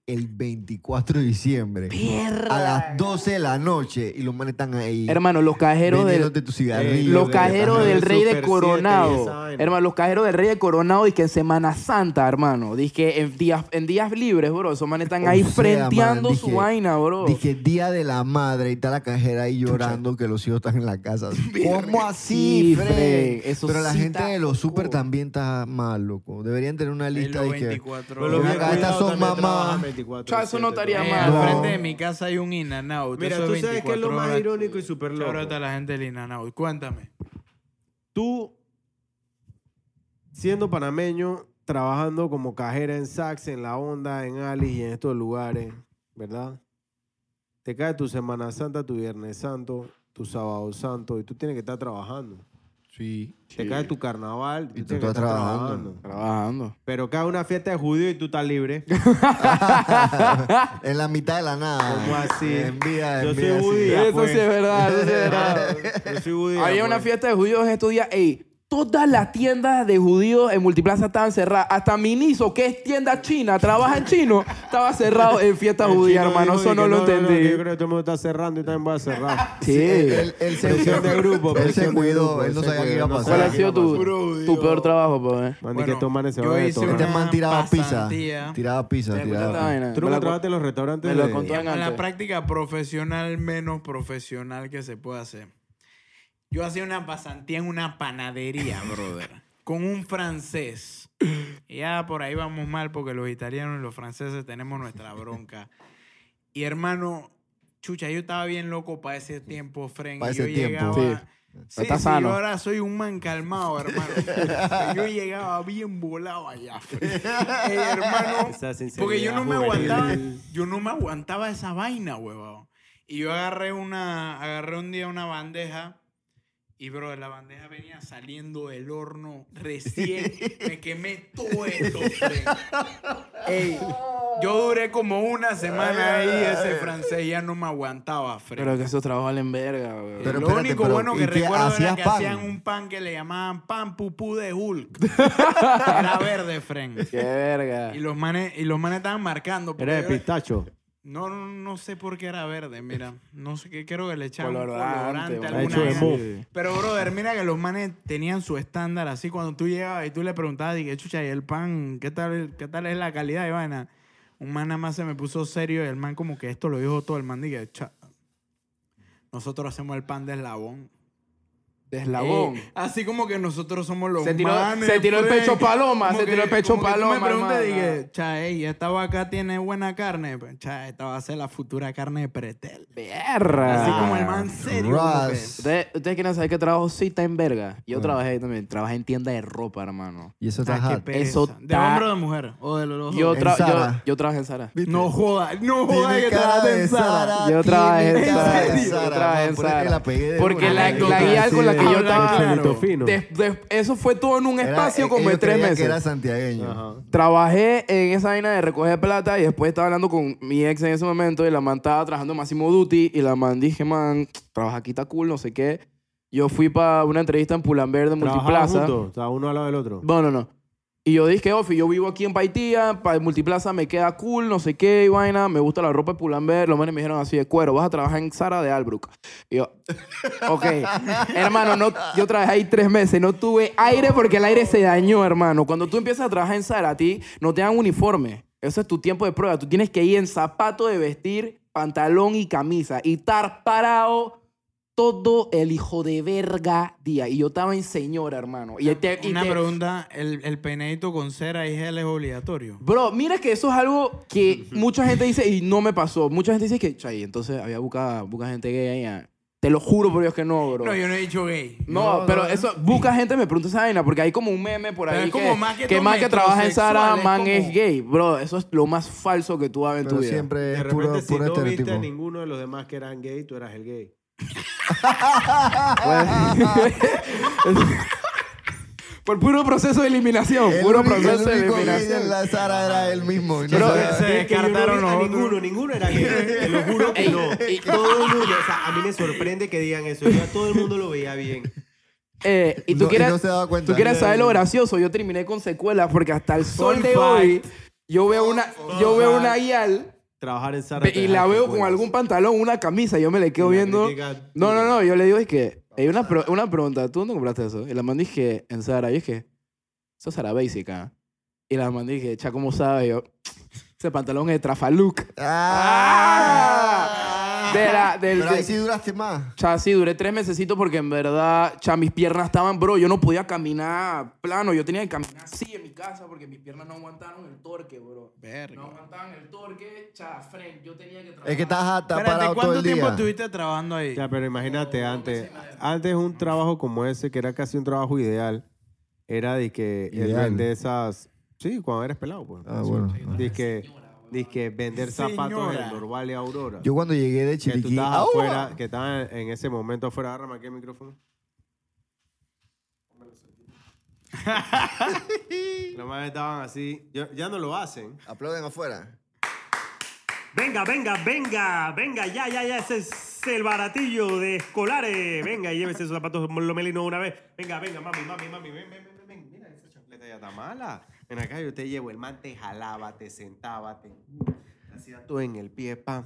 el veinticuatro de diciembre. Perra. A las doce de la noche. Y los manes están ahí. Hermano, los cajeros del... vendiéndote tu cigarrillo. Los cajeros Ajá, del el Rey de Super Coronado. siete y esa vaina. Hermano, los cajeros del Rey de Coronado y que en Semana Santa, hermano. Dice en días, en días libres, bro. Esos manes están O ahí sea, frenteando man, su dije- vaina, bro. Dije, Día de la Madre, y está la cajera ahí llorando que los hijos están en la casa. ¿Cómo así, Sí, Fred? Fred, eso Pero la sí gente está de los super loco. también está mal, loco. Deberían tener una Y lista los de que... veinticuatro Pero los Ven bien acá, estas cuidados son también mamás. trabajan veinticuatro Cha, eso no siete, estaría Eh, mal. al No. frente de mi casa hay un In and Out. Mira, Eso tú es sabes que es lo veinticuatro más horas. irónico y súper loco. Shout out a la gente del In and Out. Cuéntame. Tú, siendo panameño, trabajando como cajera en Saks, en La Honda, en Alice y en estos lugares, ¿verdad? Te cae tu Semana Santa, tu Viernes Santo, tu Sábado Santo y tú tienes que estar trabajando. Sí. Te cae tu carnaval y Y tú tú tienes que estás estar trabajando. trabajando. Trabajando. Pero cae una fiesta de judío y tú estás libre. En la mitad de la nada. ¿Cómo así? Envía, Yo envía. soy así. judía. Eso pues. sí es verdad, eso sí es verdad. Yo soy judío. Había una pues. fiesta de judíos estos días. Ey, todas las tiendas de judíos en Multiplaza estaban cerradas. Hasta Miniso, que es tienda china, trabaja en chino, estaba cerrado en fiesta El judía, chino hermano. dijo Eso de no que lo no, no, entendí. que yo creo que todo el mundo está cerrando y también voy a cerrar. Sí. Él, él se Presión de grupo, Él se presión de cuidó. grupo, Él no se sabía qué cuidó, iba a no pasar. ¿Cuál ha sabía sido tu, Puro tu Dios. peor trabajo, pues? Man, di Bueno, que estos manes se yo van a hice detonar. Este una man tiraba pizza. pasantía. Tiraba pizza. Esta Tiraba. vaina. ¿Tú Me no la- trabajaste en los restaurantes? me lo de- contó. En la antes. práctica profesional menos profesional que se puede hacer. Yo hacía una pasantía en una panadería, brother, con un francés. Y ya por ahí vamos mal porque los italianos y los franceses tenemos nuestra bronca. Y hermano, chucha, yo estaba bien loco para ese tiempo, Fren. Pa' y ese yo tiempo. llegaba... Sí. Sí, Está sí, sano. yo ahora soy un man calmado, hermano. Yo llegaba bien volado allá, Fren. Ey, hermano, Esa sinceridad porque yo no me juvenil. aguantaba, yo no me aguantaba esa vaina, huevón. Y yo agarré una, agarré un día una bandeja y, bro, la bandeja venía saliendo del horno recién. Me quemé todo esto, Fren. Ey, yo duré como una semana ahí, ese francés ya no me aguantaba, Fren. Pero que esos trabajos valen verga, güey. Pero Lo espérate, único pero, bueno ¿y que qué, recuerdo era hacías que pan? hacían un pan que le llamaban pan pupú de Hulk. Era verde, Fren. Qué verga. Y los manes, y los manes estaban marcando. porque Era de yo- pistacho. No, no, no sé por qué era verde, mira. No sé qué, creo que le echaban Colorante, colorante, bueno. alguna Hecho de vaina. mo. Sí. Pero, brother, mira que los manes tenían su estándar así. Cuando tú llegabas y tú le preguntabas, dije, chucha, ¿y el pan? ¿Qué tal, qué tal es la calidad de vaina? Un man nada más se me puso serio y el man como que esto lo dijo todo. El man dije, "Cha, nosotros hacemos el pan de eslabón. De eslabón. Eh, así como que nosotros somos los Se tiró- manes, se tiró el Fren. pecho paloma, Como se que- tiró el pecho como que tú paloma, me preguntas y hermano. dije, cha, ey, esta vaca tiene buena carne. Pues, cha, esta va a ser la futura carne de pretel. Verga. Así como el man serio. Ras. como que- ¿Ustedes, ustedes quieren saber qué trabajo sí está en verga? Yo Ah. trabajé ahí también. Trabajé en tienda de ropa, hermano. Y eso Ah, está qué hard. pereza. Eso ¿De está- hombre o de mujer? ¿O de los dos? Yo, En tra- yo, Zara. yo trabajé en Sara. ¿Viste? No joda, no joda Tiene que cara trabajaste de en Zara. Sara. Yo trabajé en tiene cara Zara. de Yo Zara. trabajé en Por eso que Zara. la pegué de Porque una. la, Anécdota la guía así con la que de- yo Habla estaba... claro. Pelito fino. de- de- eso fue todo en un Era- espacio eh, como de ellos tres creían meses. que era santiagueño. Ajá. Trabajé en esa vaina de recoger plata y después estaba hablando con mi ex en ese momento y la man estaba trabajando en Máximo Duty y la man dije, man, trabaja aquí, está cool, no sé qué. Yo fui para una entrevista en Pull&Bear de ¿Trabajaban Multiplaza. juntos? O sea, uno al lado del otro. No, no, no. Y yo dije, Ofi, yo vivo aquí en Paitía, para Multiplaza me queda cool, no sé qué, y vaina, me gusta la ropa de Pull&Bear. Los manes me dijeron así de cuero, vas a trabajar en Zara de Albrook. Y yo, ok. Hermano, no, yo trabajé ahí tres meses, no tuve aire porque el aire se dañó, hermano. Cuando tú empiezas a trabajar en Zara, a ti no te dan uniforme. Ese es tu tiempo de prueba. Tú tienes que ir en zapato de vestir, pantalón y camisa y estar parado todo el hijo de verga día. Y yo estaba en señora, hermano. Y te- y Una te- pregunta, ¿el, el peinadito con cera y gel es obligatorio? Bro, mira que eso es algo que mucha gente dice y no me pasó. Mucha gente dice que, chay, entonces había busca, busca gente gay ahí. Te lo juro por Dios que no, bro. No, yo no he dicho gay. No, No, pero no, eso, busca gente me pregunta esa vaina, porque hay como un meme por Pero ahí es como que, más que que todo más que trabaja en Zara, metrosexual, es man como- es gay. Bro, eso es lo más falso que tú vas a ver en tu Pero vida. siempre De es repente, puro, si puro no viste a estereotipo. ninguno de los demás que eran gay, tú eras el gay. Por puro proceso de eliminación, El puro único- proceso de el único gay eliminación. en la Zara era él mismo. y no Pero- sabía- se Es que yo no descartaron vi los a otros. ninguno, ninguno era gay. Te lo juro que Ey, no. y- Todo el mundo, o sea, a mí me sorprende que digan eso. Yo a todo el mundo lo veía bien. Eh, y tú No- y quieres, no se daba cuenta. tú quieres saber lo gracioso. Yo terminé con secuelas porque hasta el sol Fun de fact. hoy Yo veo una, yo veo una guial Trabajar en Zara. ve- y la veo con algún pantalón, una camisa, yo me le quedo viendo. No, no, no, yo le digo, es que, hay una, pro- una pregunta, ¿tú dónde compraste eso? Y la man dije, en Zara, y es que, eso es Zara Basic, ¿ah? Y la man dije, cha, ¿cómo sabe? Y yo, ese pantalón es de Trafaluk. Ah. De la, del, Pero ahí de- sí duraste más. Cha, sí, duré tres mesecitos porque en verdad, cha, mis piernas estaban, bro, yo no podía caminar plano, yo tenía que caminar así en mi casa porque mis piernas no aguantaron el torque, bro. Verga. No aguantaban el torque, cha, Frank, yo tenía que trabajar. Es que estás hasta Espérate, parado todo ¿cuánto el tiempo día. estuviste trabajando ahí? Ya, pero imagínate, antes, antes un trabajo como ese, que era casi un trabajo ideal, era de que el Ideal. vender esas... Sí, cuando eres pelado, pues. Ah, bueno. De que, de que vender zapatos Señora. en Norval y Aurora. Yo cuando llegué de que tú Chiriquí... estabas ¡Au! afuera, que estabas en ese momento afuera. Agárrame aquí el micrófono. Los más estaban así. Yo- ya no lo hacen. Aplauden afuera. Venga, venga, venga, venga, ya, ya, ya, ese es el baratillo de escolares. Venga, y llévese esos zapatos lomelino una vez. Venga, venga, mami, mami, mami, ven, ven, ven, ven. Mira, esa chancleta ya está mala. Ven acá, yo te llevo. El man te jalaba, te sentaba, te, te hacía todo en el pie, pa.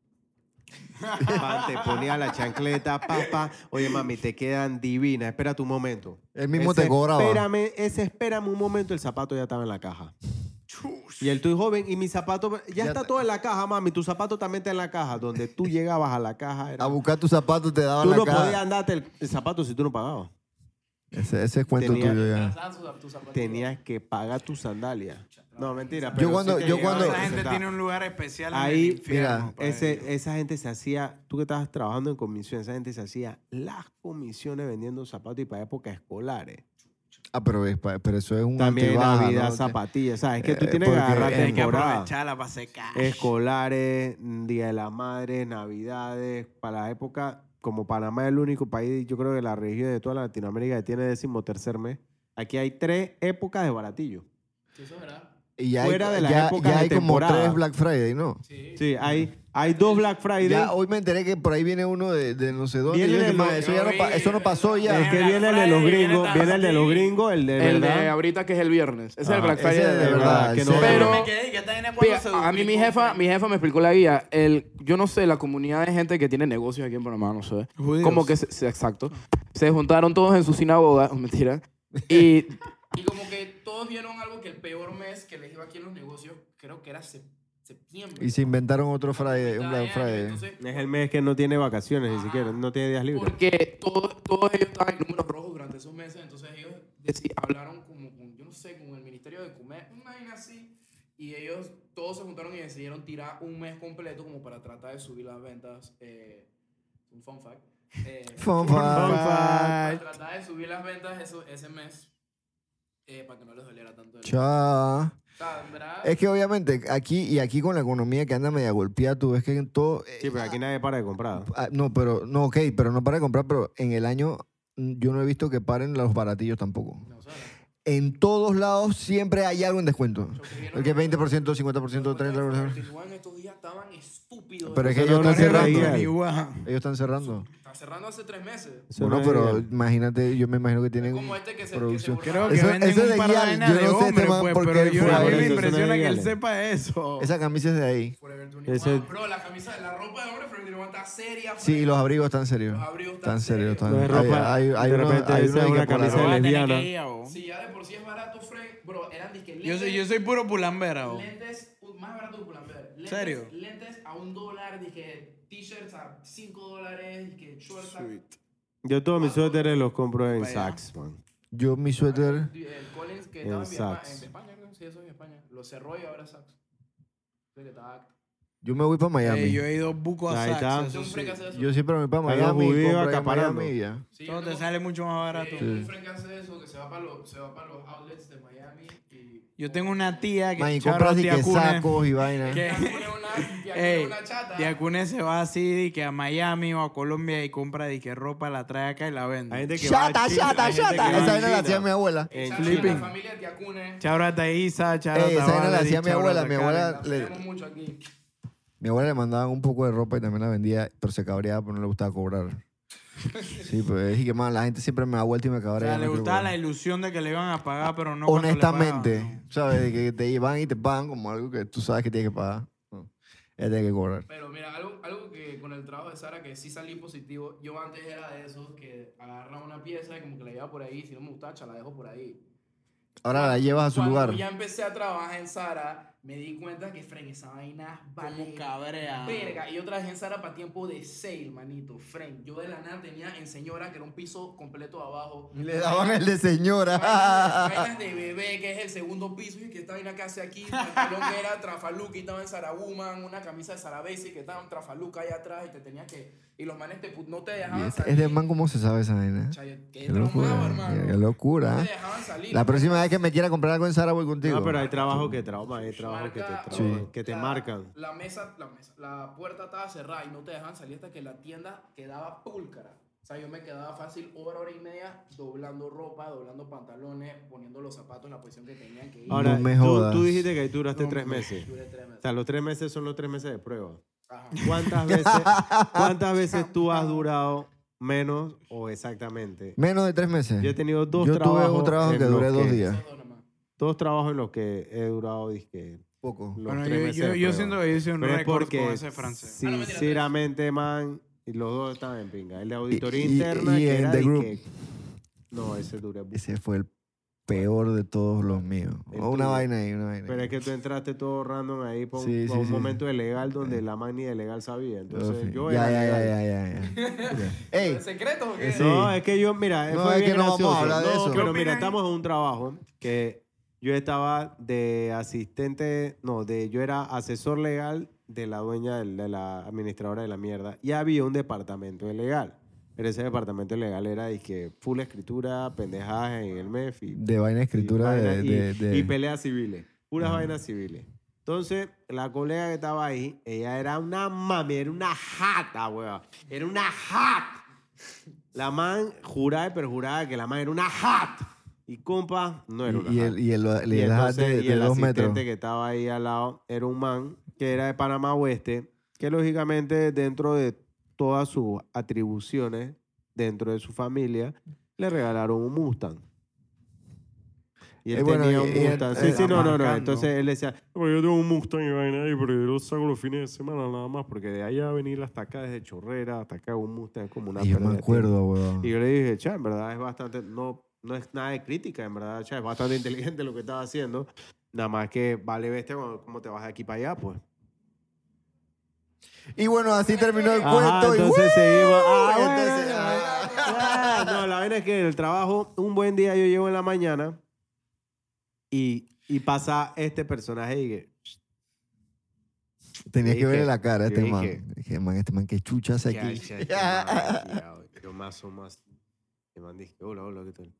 Pa, te ponía la chancleta, pa, pa. Oye, mami, te quedan divinas. Espera tu momento. Él mismo Ese te cobraba. Espérame, ese espérame un momento, el zapato ya estaba en la caja. Y el tuyo joven, y mi zapato, ya, Ya está está. todo en la caja, mami. Tu zapato también está en la caja. Donde tú llegabas a la caja. Era, A buscar tus zapatos te daban tú la no cara. podías andarte el, el zapato si tú no pagabas. Ese, ese es cuento Tenía- tuyo ya. Tenías que pagar tu sandalia. No, mentira. Yo pero cuando- sí te yo llegaba cuando- a Esa gente presentar. tiene un lugar especial en Ahí, el infierno. mira, para Ese, ellos. esa gente se hacía, tú que estabas trabajando en comisión, esa gente se hacía las comisiones vendiendo zapatos y para épocas escolares. Ah, pero, es pa- pero eso es un También altibaja, Navidad, ¿no? zapatillas. ¿Sabes? Es que tú Eh, tienes que porque agarrar es- Tienes que temporada. aprovecharla para secar. Escolares, Día de las Madres, Navidades, para la época, como Panamá es el único país, yo creo que la región de toda Latinoamérica que tiene décimo tercer mes, aquí hay tres épocas de baratillo. Y ya hay, fuera de las ya, épocas ya de hay como temporada. tres Black Friday, ¿no? Sí, hay, hay dos Black Friday. Ya hoy me enteré que por ahí viene uno de, de no sé dónde. Viene Yo dije, de "Ma, los- eso, ya no, pa- eso no pasó ya. es que Black viene el de los Friday, viene gringos, viene el de los Thanksgiving. gringos, el de El verdad. de ahorita que es el viernes. Ese es el Ajá, Black Friday ese es de de verdad. verdad, que ese no- es- Pero- me quedé, que esta vaina Fíjate, cuando se a mí mi duplicó, jefa, Frank. mi jefa me explicó la guía. El, yo no sé, la comunidad de gente que tiene negocios aquí en Panamá, no sé. Judíos. Como que, se, se- exacto. Se juntaron todos en su sinagoga, mentira. Y, y como que todos vieron algo que el peor mes que les iba aquí en los negocios, creo que era sep- septiembre. Y se inventaron otro Friday, un Black Cada año, Friday. entonces, Es el mes que no tiene vacaciones ni siquiera, no tiene días libres. porque todos, todos ellos estaban en números rojos durante esos meses, entonces ellos deci- hablaron como con, yo no sé, con el Ministerio de Comercio, una vaina así, y ellos todos se juntaron y decidieron tirar un mes completo como para tratar de subir las ventas. Eh, un fun fact. Eh, Fun Para fact. tratar de subir las ventas eso, ese mes, eh, para que no les doliera tanto. El, Cha. o sea, en verdad, Es que obviamente aquí y aquí con la economía que anda media golpeada, tú ves que en todo... Sí, pero aquí nadie para de comprar. Ah, no, pero, no, ok, pero no para de comprar, pero en el año mm, yo no he visto que paren los baratillos tampoco. no, o sea, En todos lados siempre hay algo en descuento. El que es veinte por ciento, cincuenta por ciento, treinta por ciento. Continúan estos días estaban estúpidos. Pero es que Eso ellos no están es cerrando. real. Igual. Ellos están cerrando. Están cerrando hace tres meses. Eso Bueno, no es pero legal. imagínate, yo me imagino que tienen Como este que se, producción. que se Creo burla- que Eso- venden eso un de par de guial, vainas yo de no sé este hombres, man pues, por pero qué yo, fue a mí por me eso, impresiona eso no es que él legal. sepa eso. Esa camisa es de ahí. Forever veintiuno. Ese- Bro, la camisa, la ropa de hombre Forever veintiuno está seria. Sí, y los abrigos están serios. Los abrigos Están están serios. serios. Están, No es ropa, hay, hay, hay de uno, repente hay esa uno es que una por camisa la- Voy a tener lesbiana. que ir, abo. Si ya de por sí es barato, Frank, bro, eran disque Yo soy, lentes- yo soy puro pulambera, abo. lentes uh, más barato que Pull&Bear. Lentes- ¿Serio? Lentes a un dólar, dije t-shirts a cinco dólares, dije shorts a... Yo todos mis suéteres los compro en Para allá. Saks, man. Yo mi suéter... El Collins que En estaba en, Vietnam- Saks. en España, creo que sí, eso es en España. Lo cerró y ahora es Saks. Sí, que estaba- Yo me voy para Miami. Eh, yo he ido buco a Ahí está. Saks, Es eso un sí. freak hace eso. Yo siempre me voy para A los Miami. judíos compro ahí en acaparando. Miami y ya. Sí, Todo yo te tengo- sale mucho más barato. Sí, un friend que hace eso, que se va para los, se va para los outlets de Miami y... Yo tengo una tía que Man, y shout compras out y tía que Cune, sacos y vainas. que- Ya pone una, ya pone Ey, una chata. tía Cune se va así de que a Miami o a Colombia y compra de que ropa, la trae acá y la Hay vende. gente que va a Chata, China, chata, hay gente que chata. va Esa a vaina la China. hacía mi abuela. En Esa- Flipping. La familia de Tiacune. Chaurata a Isa, chaurata Ey, esa vaina la Valerie, hacía mi chaurata abuela. Mi Karen. abuela La le, hacemos mucho aquí. mi abuela le mandaban un poco de ropa y también la vendía, pero se cabreaba porque no le gustaba cobrar. Sí, pues es que más la gente siempre me da vuelta y me O acaba sea, le gustaba la ilusión de que le iban a pagar, pero no cuando le Honestamente, pagaban, ¿sabes? De que te van y te pagan como algo que tú sabes que tienes que pagar. No, es de que cobrar. Pero mira, algo, algo que con el trabajo de Sara que sí salí positivo, yo antes era de esos que agarraba una pieza y como que la llevaba por ahí, si no me gustaba, cha, la dejo por ahí. Ahora la llevas a su Cuando lugar. ya empecé a trabajar en Sara, me di cuenta que, Fren, esa vaina vale Como cabrea. verga. Y yo trabajé en Sara para tiempo de sale, manito. Fren, yo de la nada tenía en Señora, que era un piso completo abajo. Y le daban el de señora. Vainas, vainas de bebé, que es el segundo piso, y que esta vaina que hace aquí, pantalón que era Trafaluca y estaba en Sara Woman, una camisa de Sara Basic que estaba en Trafaluca allá atrás y te tenías que... Y los manes te, pu- no te Y dejaban este- salir. es de man, ¿cómo se sabe esa vaina? Chay, qué Qué locura, traumado, hermano. qué No locura. te dejaban salir. La próxima vez que me quiera comprar algo en Sara voy contigo. No, pero hay trabajo que trauma, hay trabajo que te, Marca- trauma, Sí. que te la- marcan. La mesa, la mesa, la puerta estaba cerrada y no te dejaban salir hasta que la tienda quedaba púlcara. O sea, yo me quedaba fácil hora, hora y media doblando ropa, doblando pantalones, poniendo los zapatos en la posición que tenían que ir. Ahora, No me tú, jodas. tú dijiste que ahí duraste tres meses. Duré tres O meses. sea, los tres meses son los tres meses de prueba. Ajá. ¿Cuántas veces, cuántas veces tú has durado menos o exactamente? Menos de tres meses. Yo he tenido dos Yo tuve trabajos un trabajo en que los duré dos que- días. Esos dos nomás. Dos trabajos en los que he durado, dizque, Poco. los Bueno, tres yo, meses yo, de yo prueba. siento que yo hice un Pero es récord porque, con ese francés. Ah, no, mentira, sinceramente, man, y los dos estaban en pinga. El de auditoría Y- y- interna, y que en era The dizque- Group. No, ese duré. Ese fue el peor de todos los míos. El O una tuyo. vaina ahí, una vaina Pero ahí. es que tú entraste todo random ahí por, Sí, por sí, un sí. momento de legal donde la man ni de legal sabía. Entonces, Todo yo fin. ya, era ya, legal. ya, ya, ya, ya. Ey, ¿Secretos o qué? Sí. No, es que yo, mira, No, fue es bien que no vamos a gracioso. hablar de No, eso. pero ¿Qué mira, opinan? estamos en un trabajo que yo estaba de asistente, no, de yo era asesor legal de la dueña de la, de la administradora de la mierda y había un departamento de legal. Pero ese departamento legal era de que full escritura, pendejadas en el M E F y, de vaina de escritura y, de, vaina- y- de, de- y peleas civiles, puras vainas civiles. Entonces, la colega que estaba ahí, ella era una mami, era una jata, weón. Era una jata. La man juraba y perjuraba que la man era una hat. Y compa, no era una y, y hat. el, y el, el, Y el hat entonces, de, y de el dos asistente metros. que estaba ahí al lado era un man que era de Panamá Oeste, que lógicamente dentro de todas sus atribuciones, dentro de su familia, le regalaron un Mustang. Y él Eh, bueno, tenía y- un y él- Mustang. sí, eh, sí, no, no, no. marcando. Entonces él decía, "Bueno, yo tengo un Mustang y vaina ahí, pero yo lo saco los fines de semana nada más, porque de allá a venir hasta acá, desde Chorrera hasta acá, un Mustang es como una Y yo pérdida me de tiempo". acuerdo, weón. Y yo le dije, cha, en verdad es bastante, no, no es nada de crítica, en verdad, cha, es bastante inteligente lo que estaba haciendo. Nada más que vale bestia cuando cómo te vas de aquí para allá, pues. Y bueno, así terminó el Ajá, cuento. y entonces ¡uh! seguimos. Ah, bueno, Entonces, ya, ah. ah, no, la vaina es que en el trabajo, un buen día yo llego en la mañana y, y pasa este personaje y que, Tenías Yo que verle dije- la cara a yo este man. dije- Dije, man, este man, qué chucha hace ¿qué aquí. hace este man aquí, ah, güey? Yo más o más. Y man dije, hola, hola, ¿qué tal?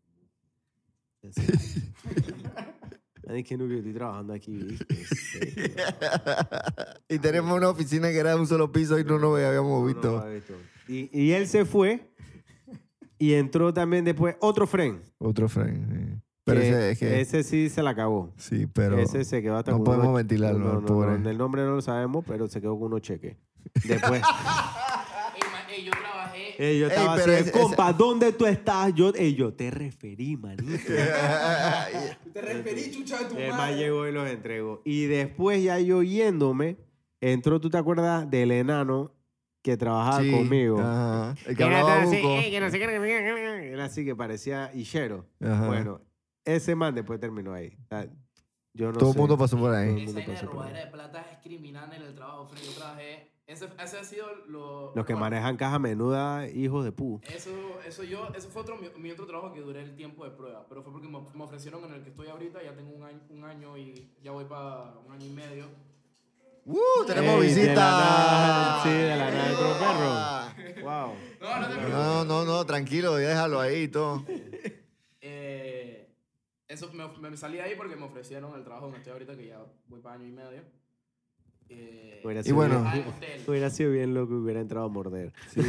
Man, es que no, que estoy trabajando aquí, ¿viste? Sí, Y tenemos una oficina que era de un solo piso y no nos habíamos no, no visto. lo había visto. Y, y él se fue y entró también después otro friend. Otro friend. sí. Pero que ese es que... ese sí se la acabó. sí, pero... ese se quedó hasta no con podemos unos- ventilarlo, no, el no, no, pobre. no, el nombre no lo sabemos, pero se quedó con unos cheques. Después, Ey, ma- ey, yo trabajé. ey, yo Ey, estaba pero así, ese- compa, ¿dónde tú estás? Yo, ey, yo te referí, manito. Te referí, chucha de tu El man madre. llegó y los entregó. Y después ya yo yéndome, entró, ¿tú te acuerdas del enano que trabajaba Sí, conmigo? Ajá. El que Que era hablaba así, buco. "Ey, que no sé qué, que no sé qué". Era así que parecía Ishero. Ajá. Bueno, ese man después terminó ahí. O sea, yo no Todo el sé. mundo pasó por ahí. Todo el Esa mundo vaina de pasó por ahí. robadera de plata es criminal en el trabajo, Fred. Yo trabajé. Ese, ese ha sido lo. Los que bueno, manejan caja menuda, hijos de pu. Eso, eso yo, eso fue otro, mi, mi otro trabajo que duré el tiempo de prueba, pero fue porque me, me ofrecieron en el que estoy ahorita, ya tengo un año, un año y ya voy para un año y medio. ¡Uh! Tenemos Ey, visita. de la nada, sí, de la nada, entró Ah. Wow. No, no te preocupes. No, no, no, tranquilo, déjalo ahí y todo. Eh, eso me, me salí ahí porque me ofrecieron el trabajo donde estoy ahorita, que ya voy para año y medio. Eh, Hubiera Y sido bueno. bien- ah, en hotel. hubiera sido bien loco que hubiera entrado a morder.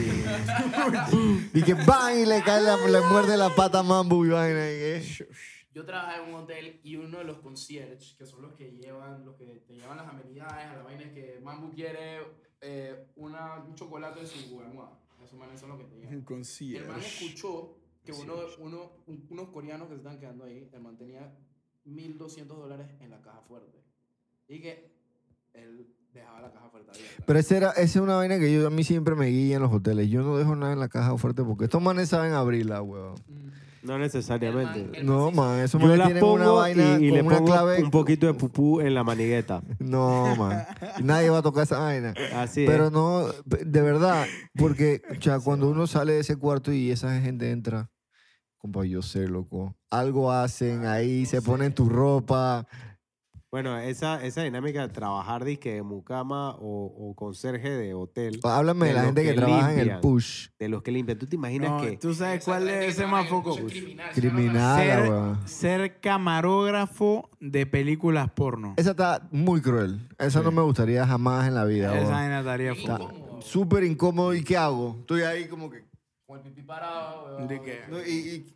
Y que van y le cae la, le muerde la pata a Mambo y vaina. y que- Yo trabajaba en un hotel y uno de los concierge, que son los que llevan, los que te llevan las amenidades, a la vaina es que Mambu quiere eh, una, un chocolate de su almohada. Esos manes son los que te llevan. Con El man escuchó que uno, uno, un- unos coreanos que se están quedando ahí, el man tenía mil doscientos dólares en la caja fuerte. Y que él dejaba la caja fuerte abierta. Pero esa, era, esa es una vaina que yo, a mí siempre me guía en los hoteles. Yo no dejo nada en la caja fuerte porque estos manes saben abrirla, weón. No necesariamente. El man- el No, man, esos Yo manes la tienen una pongo vaina y, y con le una pongo clave. un poquito de pupú en la manigueta. No, man. Nadie va a tocar esa vaina. Así Pero es. no, de verdad, porque o sea, cuando uno sale de ese cuarto y esa gente entra, compa, yo sé, loco. Algo hacen ahí, se ponen tu ropa. Bueno, esa, esa dinámica de trabajar disque de mucama o, o conserje de hotel. Háblame de, De la los gente que, que trabaja en el limpian. push. De los que limpian. ¿Tú te imaginas No, que ¿tú sabes Esa cuál gente es que ese trabaja más en- foco? eso es criminal, Criminal, Ser, weón. ser camarógrafo de películas porno. Esa está muy cruel. Esa no me gustaría jamás en la vida. Esa weón. vaina estaría Está foco. incómodo. súper incómodo. ¿Y qué hago? Estoy ahí como que... Con el pipí parado, weón. ¿De qué? No, y, y-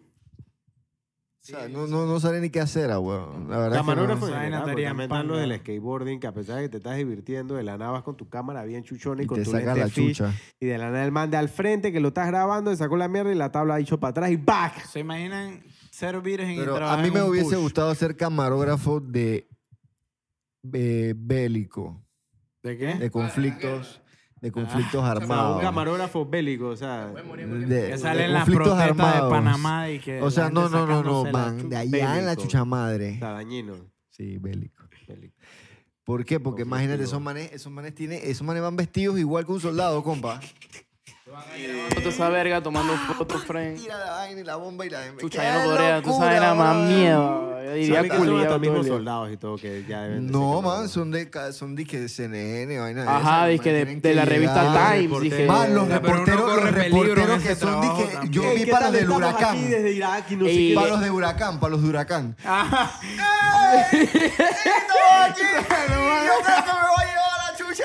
o sea, no, no, no sabría ni qué hacer, ah, weón. La verdad camarógrafo es en Esa vaina general, porque estaría también en están los panda. del skateboarding, que a pesar de que te estás divirtiendo, de la nada vas con tu cámara bien chuchona que y no... con Y te tu sacas lente la fish, chucha. y de la nada el man de al frente que lo estás grabando, le sacó la mierda y la tabla ha hecho para atrás y ¡back! ¿Se imaginan ser virgen y Pero a trabajar mí en me un hubiese push? gustado ser camarógrafo de eh, bélico, ¿De qué? de conflictos, de conflictos O sea, armados. un camarógrafo bélico, o sea, de, Que de salen las conflictos protestas de armados. Panamá y que O sea, la no, gente no, no, no, sacándose la man, chu- de allá en la bélico. chucha o madre. sea, dañino. Sí, bélico. bélico. ¿Por qué? Porque imagínate, esos manes, esos manes tienen, esos manes van vestidos igual que un soldado, compa. Toda esa verga tomando fotos, friend. Tira la vaina y la bomba y la... Chucha, ¡Qué yo no podría. Tú locura, sabes nada más brother! miedo. Yo diría ¿Sabes que son hasta culiado todo mismos el día. soldados y todo que ya deben de No, ser man, camarógrafos? son de, ca- son de, que de C N N, vaina de Ajá, esas, dije de, tienen de que la revista llegar. Times. Dije. Man, los Pero uno reporteros, los corre peligro en reporteros ese que son trabajo dije, también. yo Ey, vi ¿qué para tal? los de Estamos huracán. aquí desde Irak y no sé Ey, qué. Para los de huracán, para los de huracán. Ajá. ¡Ey! ¡Estamos aquí! Yo creo que me voy a llevar a la chucha.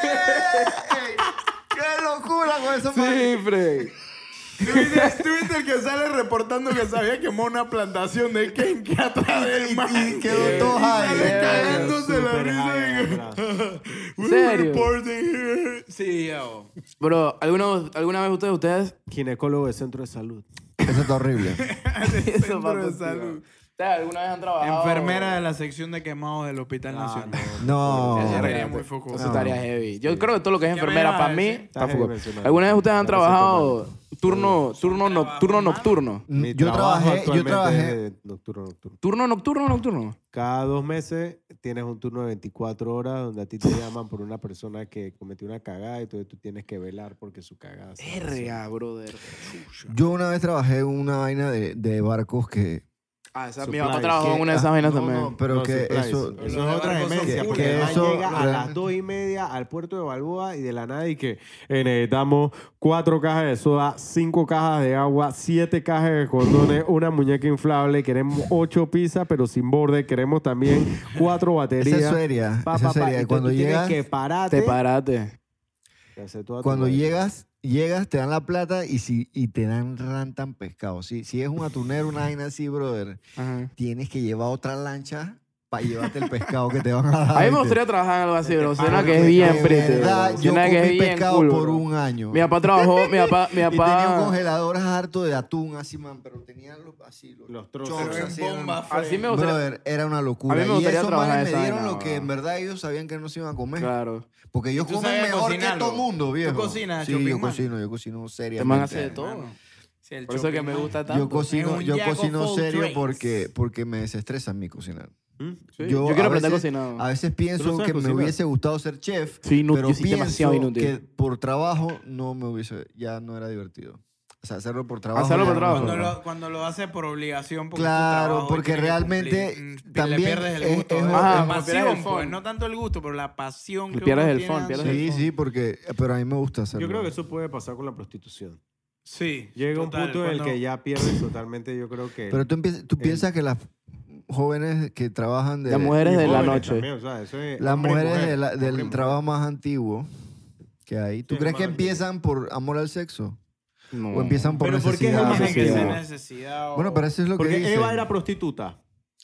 ¡Ey! ¡Qué locura con esos manes! Sí, Frey. ¿Tuviste, tuviste el que sale reportando que se había quemado una plantación de Kenke atrás del man? Y quedó todo Y high. sale cagándose la Súper risa. high y- atrás. We're ¿Serio? reporting here. Sí, yo. Bro, ¿alguna, ¿alguna vez ustedes, ustedes? Ginecólogo de centro de salud. Eso está horrible. Eso, Centro papi, de tío. salud. ¿Ustedes alguna vez han trabajado? Enfermera de la sección de quemados del Hospital Ah, Nacional. No. Eso Verga, estaría muy Eso focoso. estaría heavy. Yo creo que todo lo que es ¿Qué enfermera me ibas a para mí decir? está Está heavy foco. mencionar. ¿Alguna vez ustedes han Me parece trabajado turno, turno, no- turno nocturno? Mi Yo trabajo trabajé, yo actualmente trabajé. es de nocturno, nocturno. ¿Turno nocturno o nocturno? Cada dos meses tienes un turno de veinticuatro horas donde a ti te llaman por una persona que cometió una cagada y entonces tú tienes que velar porque su cagada se Verga, brother. Yo una vez trabajé en una vaina de, de barcos que... Ah, esa, mi Supplies. papá trabajó en que- una de esas ah, vainas no, también. no, pero No, que supplies. eso... Eso Los es de otra barcos demencia, son porque que el man eso llega a real- las dos y media al puerto de Balboa y de la nada y que eh, necesitamos cuatro cajas de soda, cinco cajas de agua, siete cajas de condones, una muñeca inflable, queremos ocho pizzas pero sin borde, queremos también cuatro baterías. Esa es seria, Pa, esa pa, es pa, seria. entonces Cuando tú tienes llegas, que pararte. Te paraste. y hacer toda tu cuando vaina. llegas, llegas, te dan la plata y si y te dan rantan pescado. Si, si es un atunero, una vaina así, brother, Ajá. tienes que llevar otra lancha para llevarte el pescado que te van a dar. A mí me ¿viste? gustaría trabajar en algo así, bro. Suena Porque que es bien de pretty. verdad, bro. yo Suena que es comí bien pescado cool, por bro. un año. Mi papá trabajó, mi papá, mi Y tenía un papá... congelador harto de atún así, man, pero tenía los, así, los, Los trozos. chunks Pero en así, bomba, man. Así me gustaría... Brother, era una locura. A mí me y gustaría esos trabajar manes esa me dieron vaina, lo que en bro. verdad ellos sabían que no se iban a comer. Claro. Porque ellos ¿Tú comen sabes mejor que cocinarlo? todo mundo, viejo. cocinas, Sí, Shopping yo Man? cocino, yo cocino Este seriamente. man hace de todo. Sí, el Por eso es que shopping, me man. gusta tanto. Yo cocino, Es un yo jack of cocino all serio trades. porque, porque me desestresa mi cocinar. ¿Mm? Sí, Yo, Yo, quiero a aprender a veces- cocinar. A veces ¿Tú pienso no sabes que me cocinar? hubiese gustado ser chef, Soy inútil, pero yo soy demasiado pienso inútil. que por trabajo no me hubiese, ya no era divertido. O sea, hacerlo por trabajo. Hacerlo ya por no- trabajo. Cuando lo, cuando lo hace por obligación. Porque es tu Claro, trabajo y porque tienes que realmente cumplir. Mm, también le pierdes el es- gusto. es- ¿eh? Ajá, la le pierdes pasión, el pues. fun. No tanto el gusto, pero la pasión Le que pierdes uno el tiene fun, pierdes haciendo Sí, eso. sí, porque, pero a mí me gusta hacerlo. Yo creo que eso puede pasar con la prostitución. Sí. Llega un total, punto en el cuando- que ya pierdes totalmente, yo creo que... Pero tú, empiezas- tú el- piensas que las jóvenes que trabajan de... Las mujeres y de la jóvenes noche. también, o sea, eso es Las hombre y mujeres mujer, de la- hombre y del mujer. trabajo más antiguo que hay. ¿Tú Sí, crees más que antiguo. empiezan por amor al sexo? No. ¿O empiezan por Pero ¿por qué es necesidad? amor al Tiene que ser Necesidad. necesidad. o- Bueno, pero eso es lo que Porque dicen. Eva era prostituta.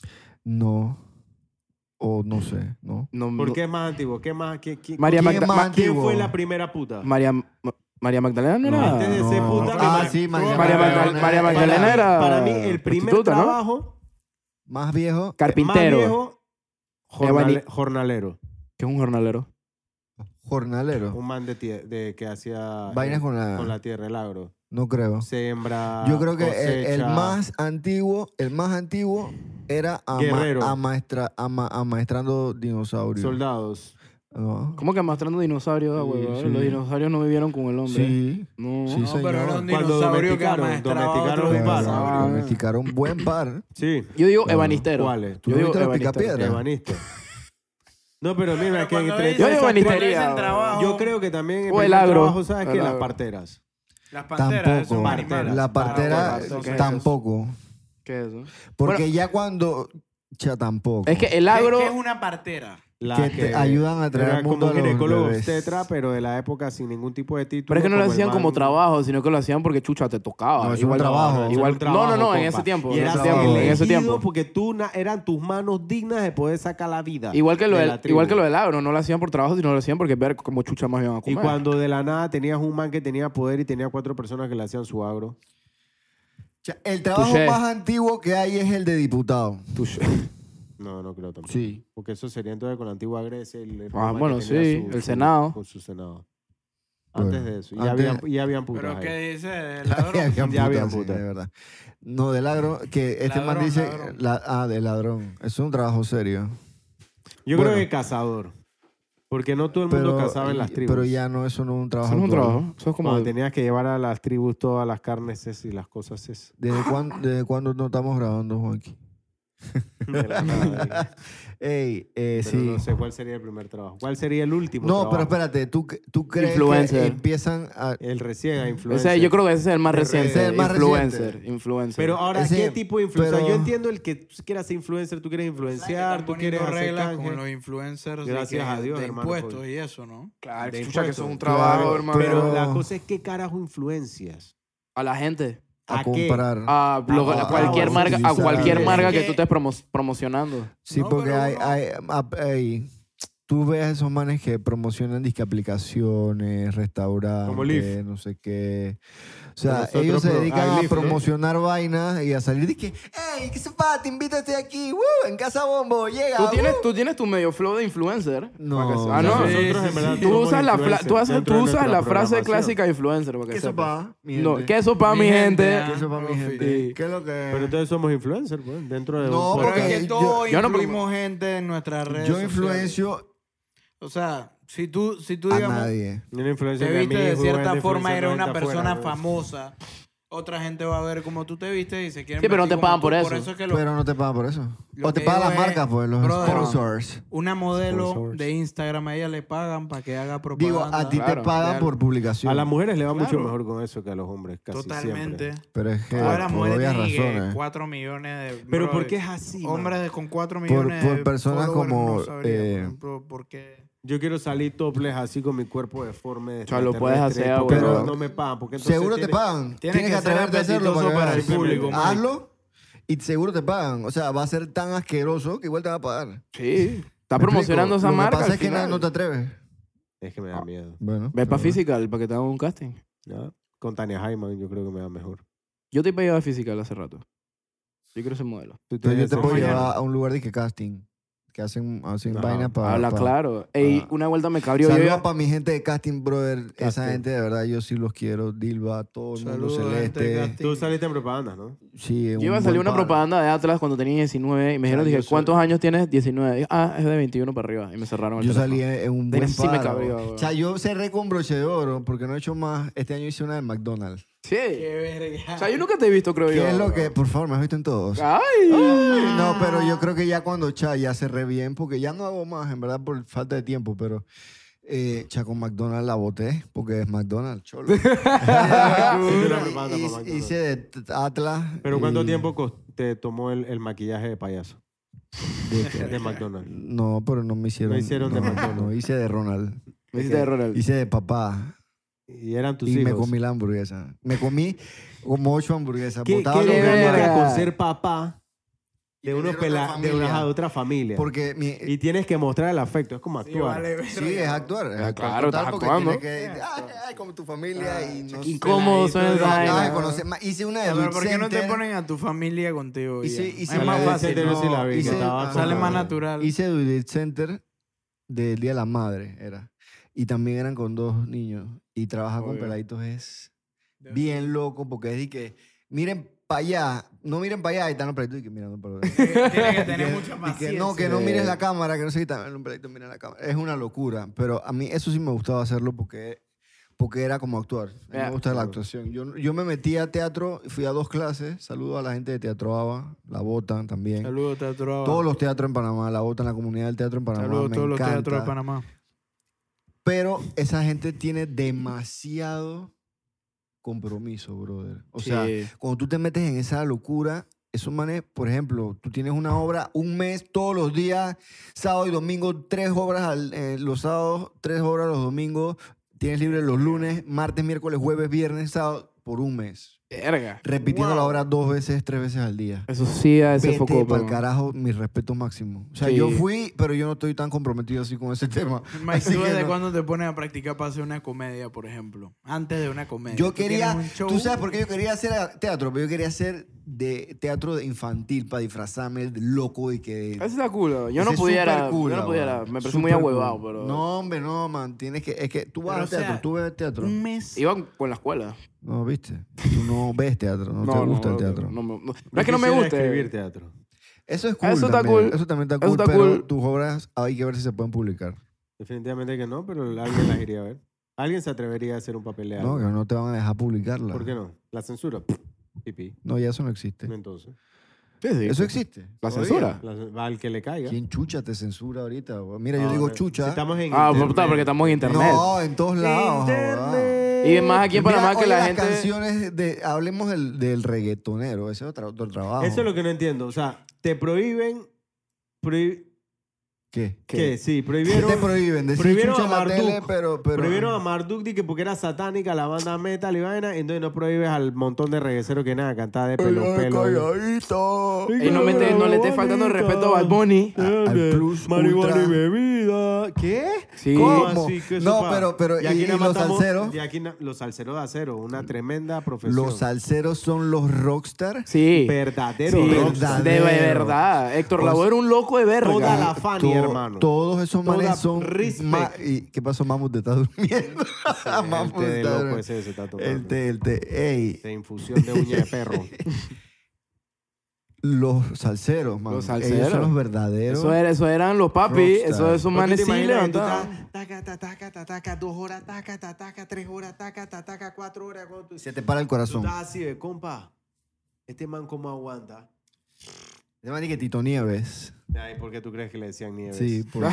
No. O no sé, ¿no? No, ¿Por no. qué es más antiguo? ¿Qué más? qué- qué- María ¿Quién Magda- es más Ma- ¿Quién antiguo? fue la primera puta? María... Ma- María Magdalena no era... Antes de ser No. puta, Ah, me- sí, María María Magdalena. Magdal- María Para Magdalena mí- era Para mí, el primer prostituta, ¿no? trabajo Más viejo. Carpintero. más viejo, Evani- jornale- jornalero. Que es un jornalero. Jornalero. Un man de, tie- de que hacía... Vainas eh, con la- con la tierra, el agro. No creo. Sembra, Yo creo que el, el cosecha. más antiguo, el más antiguo era ama- Guerrero. amaestra- ama- amaestrando dinosaurios. Soldados. ¿No? ¿Cómo que amastrando dinosaurios, ah, Sí, huevón? sí. Los dinosaurios no vivieron con el hombre. Sí. No. Sí, No, señor. pero era un Cuando dinosaurio que domesticaron, amaestraba a domesticaron otro un par. dinosaurio. Ah. Domesticaron un buen par. Sí. Yo digo Claro. ebanistero. ¿Cuáles? ¿Tú Yo no digo viste los ebanistero. picapiedra? Ebanista. No, pero mira, Pero que cuando entre... dices Yo digo esas ebanistería, cosas en o- trabajo, Yo creo que también el O el primer agro. trabajo, ¿sabes El qué? Las agro. parteras. las panteras, esos Tampoco. son animales. La partera Tampoco, ¿qué es tampoco. ¿Qué es eso? Porque Bueno, ya cuando... Ya tampoco. es que el ¿Qué- agro... ¿Qué es una partera? La Que te ayudan a traer era al mundo como a los ginecólogo bebés. obstetra, pero de la época sin ningún tipo de título. Pero es que no lo como el hacían man- como trabajo, sino que lo hacían porque chucha te tocaba. No, es un igual, trabajo. Eso Igual, era un trabajo, no, no, no, en compa. ese tiempo. Y en era ese tiempo, en ese elegido tiempo. porque tú na- eran tus manos dignas de poder sacar la vida. Igual que, lo de del, la tribu. igual que lo del agro, no lo hacían por trabajo, sino lo hacían porque ver cómo chucha más iban a Y comer. cuando de la nada tenías un man que tenía poder y tenía cuatro personas que le hacían su agro. Ya, el trabajo Touché. más antiguo que hay es el de diputado. Touché. No, no creo tampoco. Sí. Porque eso sería entonces con la antigua Grecia. El, el Ah, Roma que bueno, tenía sí, el Senado. Con su senado. Bueno, Antes de eso. Y antes- ya habían, ya habían putas ¿Pero ahí. qué dice el Ya ladrón? habían Ya habían putas, sí, putas. de verdad. No, del agro, que este man Ladrón, dice... ladrón. la- ah, del ladrón. Es un trabajo serio. Yo Bueno. creo que cazador. Porque no todo el mundo Pero, cazaba en las y- tribus. pero ya no, eso no es un trabajo. Eso no es un actual. trabajo. Eso es como... Cuando tenías que llevar a las tribus todas las carnes esas y las cosas esas. ¿Desde cuándo, ¿Desde cuándo no estamos grabando, Juanqui? De la nada, Ey, eh, pero sí. no sé cuál sería el primer trabajo. ¿Cuál sería el último No, trabajo? pero espérate, ¿tú, tú crees Influencer. que empiezan a... El recién a Ese, influencer. yo creo que ese es el más Ese reciente. es el más influencer. reciente. Influencer. Pero ahora, Ese- ¿qué tipo de influencer? pero- Yo entiendo el que tú quieras ser influencer, tú quieres influenciar, tú quieres hacer reglas canje. con los influencers de Gracias que- a Dios, de hermano, impuestos porque- y eso, ¿no? claro, de chucha, que impuestos. eso es un trabajo, Claro, hermano. Pero Pero- la cosa es qué carajo influencias. A la gente. a ¿A qué? comprar. A, lo- Ah, a cualquier ah, marca, a utilizar- cualquier marca que ¿Qué? tú estés promo- promocionando. Sí, No, porque pero hay, uno- hay, a- hay- tú ves a esos manes que promocionan disque aplicaciones, restaurantes, Como Lyft. no sé qué. O sea, Nosotros ellos se pro- dedican ah, a Lyft, ¿no? promocionar vainas y a salir de que, hey, ¿qué se pasa? Te invito a estar aquí, ¡Woo! En Casa Bombo, llega. ¿Tú tienes, ¡Woo! tú tienes tu medio flow de influencer. No, Para que- no, Ah, no. Nosotros Sí, en sí, verdad sí. Tú somos usas la, fra- influencers tú haces- dentro tú de usas nuestra la frase programación. clásica de influencer. Para que ¿Qué sepas. sopa, mi No, gente? ¿qué sopa, mi gente? ah. ¿Qué sopa, mi Profi. gente? ¿Qué es lo que...? Pero entonces somos influencers, pues, dentro de No, un Pero porque es que yo- todos yo no influimos gente en nuestras redes Yo sociales. influencio O sea, si tú, si tú a digamos, nadie. Una influencia te de viste de amigos, cierta una forma, influencia eres una noventa persona afuera, ¿no? famosa, otra gente va a ver cómo tú te viste y se quieren Sí, pero no vestir te como pagan tú. por eso. Por eso es que lo- Pero no te pagan por eso. Lo O te que pagan digo las es, marcas, pues, los brother, sponsors. una modelo Sponsors. de Instagram, a ella le pagan para que haga propaganda. Digo, a ti Claro. te pagan Real. por publicación. A las mujeres le va mucho Claro. mejor con eso que a los hombres, casi Totalmente. siempre. Pero es que, Ahora las por mujeres obvias tienen que razones. cuatro millones de... Pero bro, ¿por qué es así, man? Hombres de- con cuatro Por- millones por de personas followers, como, no sabría, eh, por ejemplo, ¿por qué? Yo quiero salir topless así con mi cuerpo deforme. de O sea, lo puedes extraterrestre, hacer, porque güey. no, no me pagan. Porque entonces Seguro te tiene- pagan. tiene Tienes que que ser atreverte a hacerlo apetitoso para, para que el veas. público, man. Hazlo y seguro te pagan. O sea, va a ser tan asqueroso que igual te va a pagar. Sí. Está ¿Me promocionando explico? esa marca. Lo que pasa al es que no, final. no te atreves. Es que me da miedo. Bueno. Ve para bueno. Physical para que te hagan un casting. ¿Ya? Con Tania Hyman yo creo que me da mejor. Yo te iba a llevar a Physical hace rato. Yo quiero ser modelo. Tú Entonces yo tienes te eso puedo mañana. llevar a un lugar de que casting. Que hacen, hacen Ajá. vainas para... Habla claro. Ey, una vuelta me cabrió. Yo Saludos iba- para mi gente de casting, brother. Esa Casting. gente, de verdad, yo sí los quiero. Dilba, todo el mundo Saludos, gente de celeste. casting. Tú saliste en propaganda, ¿no? Sí, Yo iba a salir una propaganda de Atlas cuando tenía diecinueve y me dijeron, Ah, yo dije, soy- ¿cuántos años tienes? diecinueve. Dije, ah, es de veintiuno para arriba. Y me cerraron el Yo teléfono. salí en, en un De buen sí me paro. cabrió, weón. O sea, yo cerré con broche de oro porque no he hecho más. Este año hice una de McDonald's. Sí. Qué verga. O sea, yo nunca te he visto, creo yo. ¿Qué es lo que...? Por favor, me has visto en todos. ¡Ay! Ay, no, pero yo creo que ya cuando cha, ya cerré bien, porque ya no hago más, en verdad, por falta de tiempo, pero eh, cha, con McDonald's la boté, porque es McDonald's, cholo. Hiciste una propaganda para Hice- McDonald's. Hice de t- Atlas. Pero ¿cuánto y- tiempo cos- te tomó el, el maquillaje de payaso de- de McDonald's? No, pero no me hicieron. No hicieron de no, McDonald's. no, hice de Ronald. Me hiciste de Ronald. Hice de papá. Y eran tus y hijos. me comí la hamburguesa. Me comí como ocho hamburguesas. ¿Qué, Botaba qué lo que verga. dinámica había. con ser papá de, Y unos tener otra pela- de, familia. una, de otra familia. Porque mi, Y tienes que mostrar el afecto. Es como Sí, actuar. vale, sí, verga. es actuar. Es actuar Claro, total estás porque actuando. tienes que, ay, ay, como tu familia y no sé. Incómodo suena Pero esa acabas de vaina. conocer, ma- hice una de Pero Adult ¿por qué no te Center. ponen a tu familia contigo? Hice, ya? hice Es la más de fácil, Center ¿no? yo sí la vi, que hice- estaba Sale como- más natural. Hice Adult Center del Día de la Madre, era. Y también eran con dos niños. Y trabajar con Obvio. peladitos es bien loco porque es de que miren para allá, no miren para allá y están los peladitos y que mirando para allá. Tienes que tener Y que- mucha y que paciencia. no, que no mires la cámara, que no sé qué tal. Un pelito mira la cámara. Es una locura. Pero a mí eso sí me gustaba hacerlo porque, porque era como actuar. A mí Ya. me gusta la actuación. Yo, yo me metí a teatro, fui a dos clases. Saludo a la gente de Teatro Aba, La Bota también. Saludos, Teatro Aba. Todos los teatros en Panamá, La Bota en la comunidad del teatro en Panamá. Saludos me a todos los encanta. teatros de Panamá. Pero esa gente tiene demasiado compromiso, brother. O sea, Sí. cuando tú te metes en esa locura, esos manes, por ejemplo, tú tienes una obra un mes, todos los días, sábado y domingo, tres obras al- eh, los sábados, tres obras los domingos, tienes libre los lunes, martes, miércoles, jueves, viernes, sábado, por un mes. Verga. Repitiendo Wow. la obra dos veces, tres veces al día. Eso sí a ese Vete foco. para el pero- carajo, mi respeto máximo. O sea, Sí. yo fui, pero yo no estoy tan comprometido así con ese tema. Mike, Así ¿tú que desde no. cuándo te pones a practicar para hacer una comedia, por ejemplo? Antes de una comedia. Yo ¿Tú quería, tienes un show? tú sabes por qué yo quería hacer teatro, pero yo quería hacer de teatro de infantil para disfrazarme de loco y que... Eso está cool. ¿no? Yo Ese no es pudiera. súper cool, yo no la pudiera. verdad. Me parece muy Súper ahuevado, cool. pero. No, hombre, no, man. Tienes que... Es que tú vas Pero, al o sea, teatro, tú ves teatro. Un mes. Iba con la escuela. No, ¿viste? Tú no ves teatro, no, te gusta el teatro. No, me- no- no Yo es que no me quisiera guste. escribir teatro. Eso es cool Eso está también. cool. Eso también está Eso cool, está pero cool. tus obras hay que ver si se pueden publicar. Definitivamente que no, pero alguien las iría a ver. Alguien se atrevería a hacer un papel de No, algo. que no te van a dejar publicarla. ¿Por qué no? La censura. Pipí. No, ya eso no existe. Entonces. Sí, sí. Eso existe. La todavía. censura. La- al que le caiga. ¿Quién chucha te censura ahorita? Mira, yo Ah, digo bueno. chucha. Si estamos en Ah, internet. puta, porque estamos en internet. No, en todos lados. Internet. Y más aquí en Mira, Panamá que oye, la las gente. canciones de... Hablemos del, del reggaetonero. Ese es otro, otro trabajo. Eso es lo que no entiendo. O sea, te prohíben. prohí- ¿Qué? ¿Qué? Sí, ¿Qué prohibieron. te prohíben? Decir prohibieron chucha a en la Marduk. tele, pero... pero Prohibieron a Marduk di que porque era satánica la banda metal y vaina, entonces no prohíbes al montón de regueceros que nada, cantaba de pelo Ay, pelo. calladito. Y no, mete- no le esté faltando el respeto a Bad Bunny. A- al plus Marihuana ultra. y bebida. ¿Qué? Sí. ¿Cómo? así que eso No, pa- pero- pero, y ¿y- aquí y nada más los estamos- salseros? Y aquí na- los salseros de acero, una tremenda profesión. Los salseros son los rockstar. Sí. Verdadero Sí, rockstar. de verdadero. verdad. Héctor O Lavoe era un loco de verga. Toda la Fanny, To- hermano. Todos esos Toda manes son... respect. ma- ¿Y qué pasó? Mamut te está durmiendo. el Mamut té de está loco durmiendo. ese se está tomando. El té, el té. Ey, De infusión de uña de perro. los salseros, man. Los Ellos salseros. son los verdaderos. Eso, era, eso eran los papis. Rockstar. Eso, esos ¿Tú manes te sí imaginas que tú levantaban. estás, taca, ta, taca, ta, taca, dos horas, taca, ta, taca, tres horas, taca, ta, taca, cuatro horas. cuando tú- Se te para el Tú corazón. estás así de, compa, este man cómo aguanta. Se llama que Tito Nieves. Ay, ¿por qué tú crees que le decían Nieves? Sí, porque...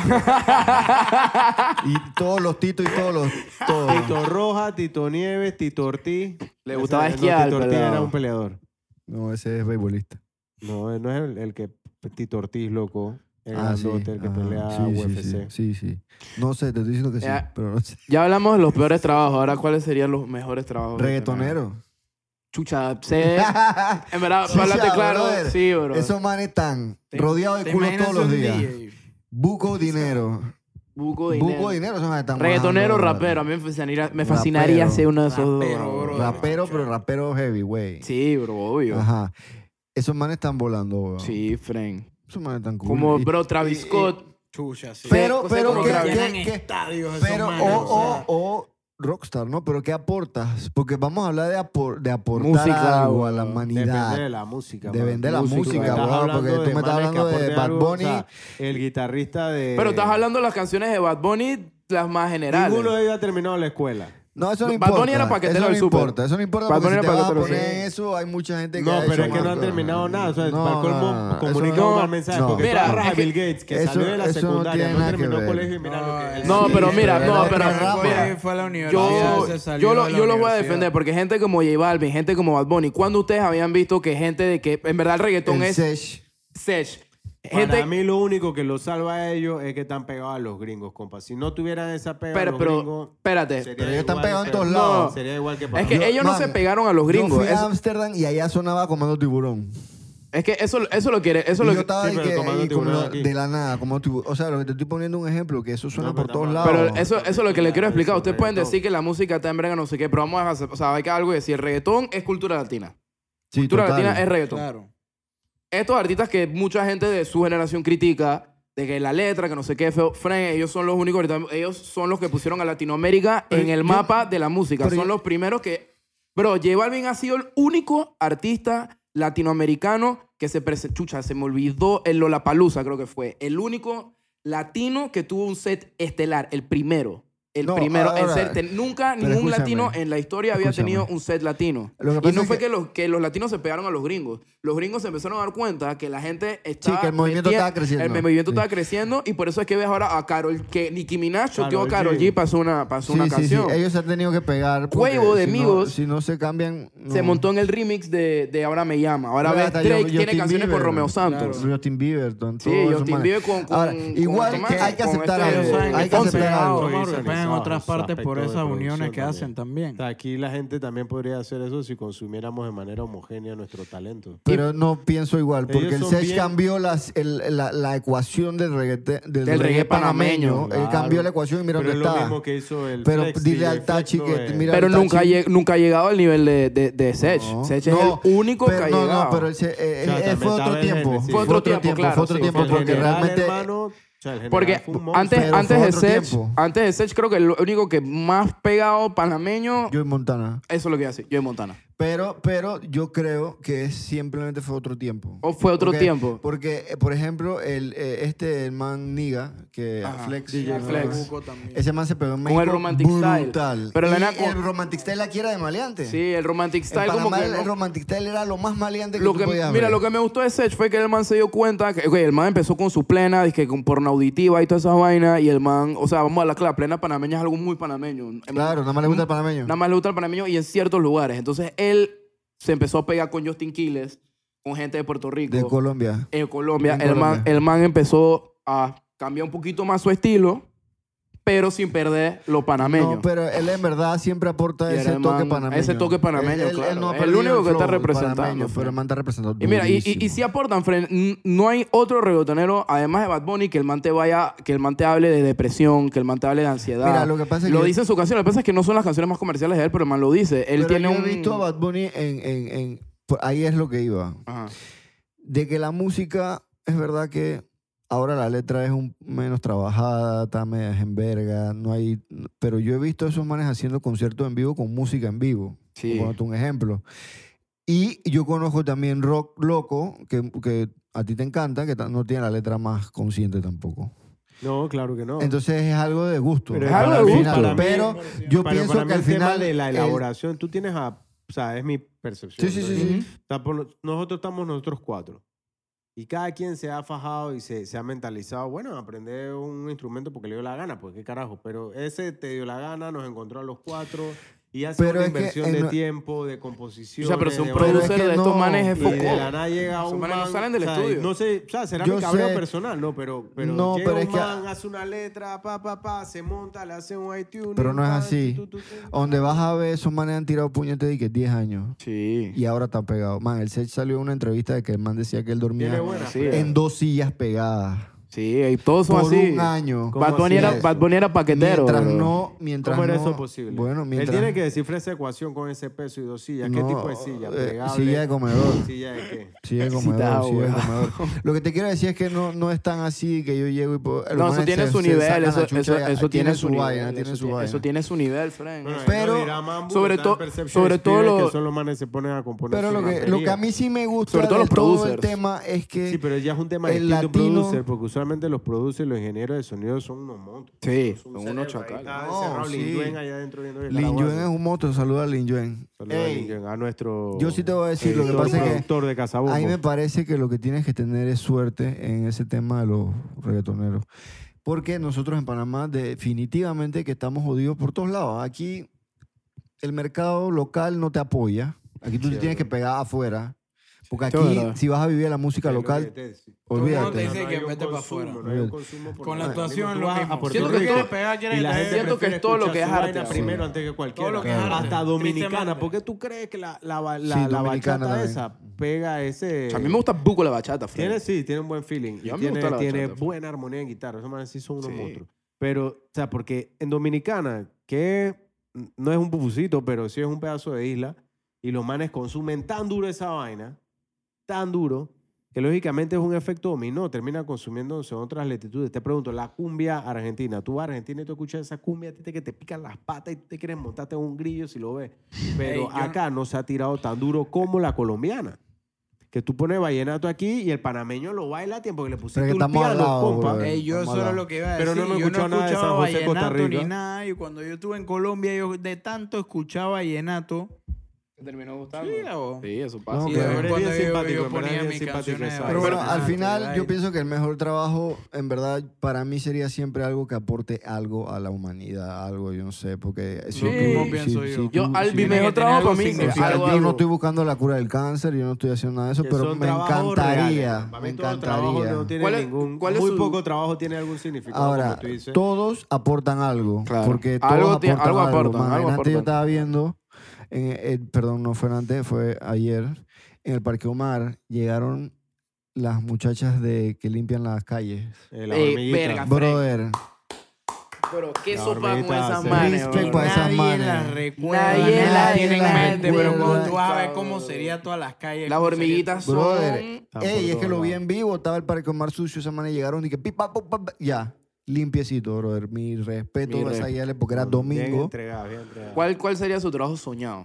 y todos los Titos y todos los... Todos. Tito Roja, Tito Nieves, Tito Ortiz. Le Ese- gustaba no, esquiar, Tito Ortiz pelado. era un peleador. No, ese es beisbolista. No, no es el, el que Tito Ortiz, loco. El Ah, sí. grandote, el que Ajá. pelea Sí, U sí, F C. Sí, sí, sí. No sé, te estoy diciendo que sí, Ya. pero no sé. Ya hablamos de los peores trabajos. Ahora, ¿cuáles serían los mejores trabajos? Reggaetonero. Chucha, sé. En verdad, Sí, para hablarte ya, claro, brother. sí, bro. Esos manes están ¿Te- rodeados de te culos imaginas todos los un días. D J? Buco dinero. Buco dinero. Buco dinero, esos manes están Reggaetonero, bajando, rapero. A mí me fascinaría, me fascinaría Rapero. ser uno de esos dos. Rapero, bro. Rapero, pero rapero heavy, güey. Sí, bro, obvio. Ajá. Esos manes están volando, güey. Sí, Fren. Esos manes están cool. Como, Y- bro, Travis y- y- Scott. Chucha, sí. Pero, Cosa pero, como ¿qué, que qué- llenan qué- estadios esos pero, manes, o, o sea. o, o rockstar, ¿no? Pero ¿qué aportas? Porque vamos a hablar de, apor- de aportar Música, algo güey. a la Depende humanidad. de la música. De mano. vender la Música, música, tú me estás weón, hablando porque tú de me estás manes que hablando de aporten Bad algo, o Bunny. sea, el guitarrista de... Pero estás hablando de las canciones de Bad Bunny, las más generales. Ninguno de ellos ha terminado la escuela. No, eso no Bad importa. Bunny era paquetero eso no del súper. importa. Eso no importa Bad porque Bunny si te era vas a paquetero, poner sí. en eso, hay mucha gente que No, ha pero hecho es que más no han cosas. terminado nada. O sea, No, para no, colmo, no, eso comunica no- un mal mensaje. no. Porque Mira, tú agarras es a que Bill Gates, que eso- salió de la eso no secundaria, tiene no, nada que terminó ver. colegio y mira lo que... No, No, pero mira, pero no, no, pero pero rapa. mira, Fue a la universidad, yo, se salió yo, lo, de la yo los voy a universidad. defender porque gente como J Balvin, gente como Bad Bunny, cuando ustedes habían visto que gente de que en verdad el reggaetón El es sesh. sech, Para gente, mí lo único que los salva a ellos es que están pegados a los gringos, compa. Si no tuvieran esa pega a pero, los pero gringos... espérate, sería Pero ellos están igual pegados en que- todos No. lados. Sería igual que para es que Yo- ellos no man, se pegaron a los Yo gringos. fui a Eso, Ámsterdam y allá sonaba Comando Tiburón. Es que eso, eso lo quiere, eso Y lo yo estaba Sí, de, pero que, tomando ahí como tiburón lo- aquí. de la nada, como tu- o sea, lo que te estoy poniendo un ejemplo, que eso suena No, por pero todos estamos- lados. Pero eso, eso es lo que le quiero explicar. Eso, Ustedes pueden reggaetón. decir que la música está en brega, no sé qué, pero vamos a hacer, o sea, hay que algo decir. El reggaetón es cultura latina. Sí, Cultura total. latina es reggaetón. Claro. Estos artistas que mucha gente de su generación critica, de que la letra, que no sé qué, feo, Fren, ellos son los únicos, ahorita, ellos son los que pusieron a Latinoamérica Pero en el yo- mapa de la música. pero Son yo- los primeros que... Bro, J Balvin ha sido el único artista latinoamericano que se presentó... Chucha, se me olvidó el Lollapalooza, creo que fue. El único latino que tuvo un set estelar, el primero. El No, primero. el ahora, set- te- nunca pero ningún escúchame, latino en la historia había escúchame. tenido un set latino. Lo que Y pasa no es fue que- que... los, que los latinos se pegaron a los gringos. Los gringos se empezaron a dar cuenta que la gente estaba... que el movimiento metida- estaba creciendo. El movimiento Sí. estaba creciendo y por eso es que ves ahora a Carol, que Nicki Minaj choteó a Karol Karol G. G, pasó una, pasó Sí, una sí, sí. canción. Ellos se han tenido que pegar. porque Cuevo de si no- Migos Si no se cambian. Se no. montó en el remix de, de Ahora Me Llama. Ahora Pero ves hasta Drake Ju- tiene Justin canciones con Bieber, Romeo Santos. claro. Justin Bieber. Ton, Sí, todos esos Justin manes. Bieber con- con- Ahora, con- igual con- que hay que con aceptar este- algo. saben que Hay que están aceptar pegados, algo. Omar, se pegan en otras Su partes aspecto por de esas producción uniones que también. hacen también. O sea, aquí la gente también podría hacer eso si consumiéramos de manera homogénea nuestro talento. Pero no pienso igual, porque Ellos el son Sech bien- cambió las, el- la, la ecuación del reggae, del, Del reggae panameño, Él Claro. cambió la ecuación y mira Pero es dónde lo está. mismo que hizo el Pero Flex, dile D J al Tachi Flex, que... no es- mira, Pero el nunca, ha Tachi- lleg- nunca ha llegado al nivel de, de, de Sech. No, Sech no, es el único pero que ha no, llegado. No, pero el Se- eh, O sea, eh, también fue otro estaba en tiempo. Genesis. Fue otro tiempo, claro, Fue otro sí, tiempo fue el porque general, realmente... hermano, o sea, el general Porque fue un monstruo. antes, Pero antes, fue de otro Sech, tiempo. antes de Sech, creo que el único que más pegado panameño, Joey Montana. eso es lo que hace, Joey Montana. Pero, pero yo creo que es simplemente fue otro tiempo. ¿O fue otro Porque- tiempo? Porque, eh, por ejemplo, el, eh, este el man Niga, que Ajá, Flex, D J ¿no? Flex. Buco también. Ese man se pegó en Con el México Romantic Style. brutal. Pero la Y neta- el Romantic Style aquí era de maleante. Sí, el Romantic En Style como Panamá que... el no- Romantic Style era lo más maleante que Lo tú que, podías mira, ver. lo que me gustó de Sech fue que el man se dio cuenta que ok, el man empezó con su plena, dizque con porno auditiva y todas esas vainas, y el man, o sea, vamos a la clara, plena panameña es algo muy panameño. Claro, nada más le gusta el panameño. Nada más le gusta el panameño y en ciertos lugares. Entonces él se empezó a pegar con Justin Quiles, con gente de Puerto Rico, De Colombia. en Colombia. En el, Man, Colombia. el man empezó a cambiar un poquito más su estilo, pero sin perder lo panameño. No, pero él en verdad siempre aporta Y ese el toque man- panameño. ese toque panameño, Él- él- claro. él no ha Es el perdido único que está flow representando, panameño, pero Fred. el man está representando Y mira, y, y, durísimo. y si aportan, Fred, n- no hay otro reggaetonero, además de Bad Bunny, que el man te vaya, que el man te hable de depresión, que el man te hable de ansiedad. Mira, lo que pasa es Lo que- dice en su canción, lo que pasa es que no son las canciones más comerciales de él, pero el man lo dice. Él Pero tiene yo un... he visto a Bad Bunny en, en, en- por ahí es lo que iba. Ajá. De que la música, es verdad que ahora la letra es un menos trabajada, está media en verga, no hay... Pero yo he visto a esos manes haciendo conciertos en vivo con música en vivo. Sí. Por ponerte un ejemplo. Y yo conozco también rock loco, que, que a ti te encanta, que ta- no tiene la letra más consciente tampoco. No, claro que no. Entonces es algo de gusto. Pero es algo de Al gusto. final. para mí- pero yo Para- pienso para que mí al el tema final... de la el- elaboración, tú tienes a... O sea, es mi percepción. Sí, sí, ¿no? sí, sí. O sea, por lo- nosotros estamos nosotros cuatro. Y cada quien se ha fajado y se, se ha mentalizado, bueno, aprender un instrumento porque le dio la gana, pues qué carajo. Pero ese te dio la gana, nos encontró a los cuatro y hace Pero una es que inversión en de no- tiempo, de composición. O sea, pero si un Pero es producer que de estos no- manes es Y foco. de la nada llega Esos un manes no man, salen del o sea, estudio. No sé, o sea, será Yo mi cabreo sé- personal, ¿no? Pero, pero No, llega pero un es que- man, hace una letra, pa, pa, pa, se monta, le hace un iTunes. Pero no es así. Donde vas a ver, esos manes han tirado puñetes de que diez años. Sí. Y ahora están pegados. Man, el Sech salió en una entrevista de que el man decía que él dormía Tiene buena Sí. play. en dos sillas pegadas. Sí, y todos son Por así. un año. ¿Cómo Bad Bunny, así era, eso? Bad Bunny era paquetero. Mientras bro. no, mientras ¿Cómo era no- eso posible? Bueno, mientras... Él tiene que descifrar esa ecuación con ese peso y dos sillas. ¿Qué No, tipo de silla? eh, ¿Plegable? silla de comedor. ¿Silla de qué? Sí, de Sí, comedor, está, sí, de weón. comedor. Lo que te quiero decir es que no, no es tan así que yo llego y puedo... los No, eso manes tiene se- su se nivel, sacan la eso, chucha eso, y- eso tiene su nivel. vaina, tiene eso, su tiene, vaina. eso tiene su nivel, Frank. Bueno, Pero- él lo dirá Mambo, sobre está to- en Perception sobre todo Spirit, lo- que son los manes que se ponen a componer Pero su lo que, batería. lo que a mí sí me gusta Sobre todo de los todo el producers. tema es que... Sí, pero ya es un tema el distinto un latino- producer, porque usualmente los producers y los ingenieros de sonido son unos monstruos. Sí, Son son un unos cerebro, ahí chacales. está No, encerrado sí. Lin Yuen allá adentro viendo el Lin carajo Yuen ese. es un monstruo, saluda a Lin Yuen. Saludos a Ey, Lin Yuen, a nuestro yo sí te voy a decir, lo que editor, pasa es que productor de Casabombo. a mí me parece que lo que tienes que tener es suerte en ese tema de los reggaetoneros. Porque nosotros en Panamá definitivamente que estamos jodidos por todos lados. Aquí el mercado local no te apoya. Aquí tú te Sí, tienes que verdad. pegar afuera. Porque Eso es aquí, verdad. si vas a vivir la música Es lo local, que te decía. Todo el mundo te olvídate. dice No que hay un vete pa' consumo, afuera. no hay un consumo por Con la lo actuación mismo. es Tú lo vas mismo. a Puerto Siento que Rico quieres pegar, quieres y la caer. gente Siento que prefiere es todo lo escuchar que es su arte, vaina sí. primero antes que cualquiera. Todo lo que es arte. Hasta dominicana. Tristemente. ¿Por qué tú crees que la, la, ba- la, Sí, la dominicana bachata también. esa pega ese... O sea, a mí me gusta buco la bachata, Fred. Tiene, sí, tiene un buen feeling. Yo Y me tiene, gusta la tiene bachata, buena armonía en guitarra. Esos manes sí son unos Sí. monstruos. Pero, o sea, porque en Dominicana, que no es un pupusito, pero sí es un pedazo de isla, y los manes consumen tan duro esa vaina, tan duro, que lógicamente es un efecto dominó. Termina consumiéndose en otras latitudes. Te pregunto, la cumbia argentina. Tú vas a Argentina y tú escuchas esa cumbia, a ti te, que te pican las patas y tú te quieres montarte en un grillo si lo ves. Pero Ey, yo- acá no se ha tirado tan duro como la colombiana. Que tú pones vallenato aquí y el panameño lo baila a tiempo que le pusiste Pero que un estamos al piano, lado, compa. brother. Ey, yo Vamos eso a era la- lo que iba a Pero decir. no hemos yo no escuchado nada de San escuchaba José, Costa vallenato ni Rica. nada. Y cuando yo estuve en Colombia, yo de tanto escuchaba vallenato. ¿Te terminó gustando? Sí, o- Sí, eso pasa. No, Y claro. de vez en cuando Es bien yo, simpático, yo en verdad, ponía es mis bien simpático canciones. esa de Pero bueno, vallenato, al final de yo baile. pienso que el mejor trabajo, en verdad, para mí sería siempre algo que aporte algo a la humanidad, algo, yo no sé, porque... si Lo tú- mismo si- pienso si yo. tú- Yo, si- al mi tiene mejor que tener trabajo algo para mí, o sea, significativo. algo, yo algo. no estoy buscando la cura del cáncer, yo no estoy haciendo nada de eso, Que pero son me trabajos encantaría, reales. Para me mí todo trabajo encantaría. no tiene ¿Cuál es- ningún... cuál es muy su- poco trabajo tiene algún significado, Ahora, como tú dices. todos aportan algo, Claro. porque todos Algo ti- aportan algo algo. aportan, man. algo Antes yo aportan. estaba viendo, en el- perdón, no fue antes, fue ayer, en el Parque Omar, llegaron las muchachas de que limpian las calles. Eh, la Ey, hormiguita. verga. Brother, Pero qué La sopa con hormiguita esas hace- manes, Respect bro. para esas Nadie manes. las recuerda, Nadie nadie las las tiene en recuerda. mente, pero cuando tú vas a ver Cabrón. cómo sería todas las calles. Las cómo sería hormiguitas todo. son... brother, Están ey, por es que todos lo vi lados. en vivo, estaba el Parque Omar sucio, esas manes llegaron y que pipa, pa, pa, pa, ya, limpiecito, brother. Mi respeto Mi a esa respeto. yale porque era Bien domingo. entregada, bien entregada. ¿Cuál, ¿Cuál sería su trabajo soñado?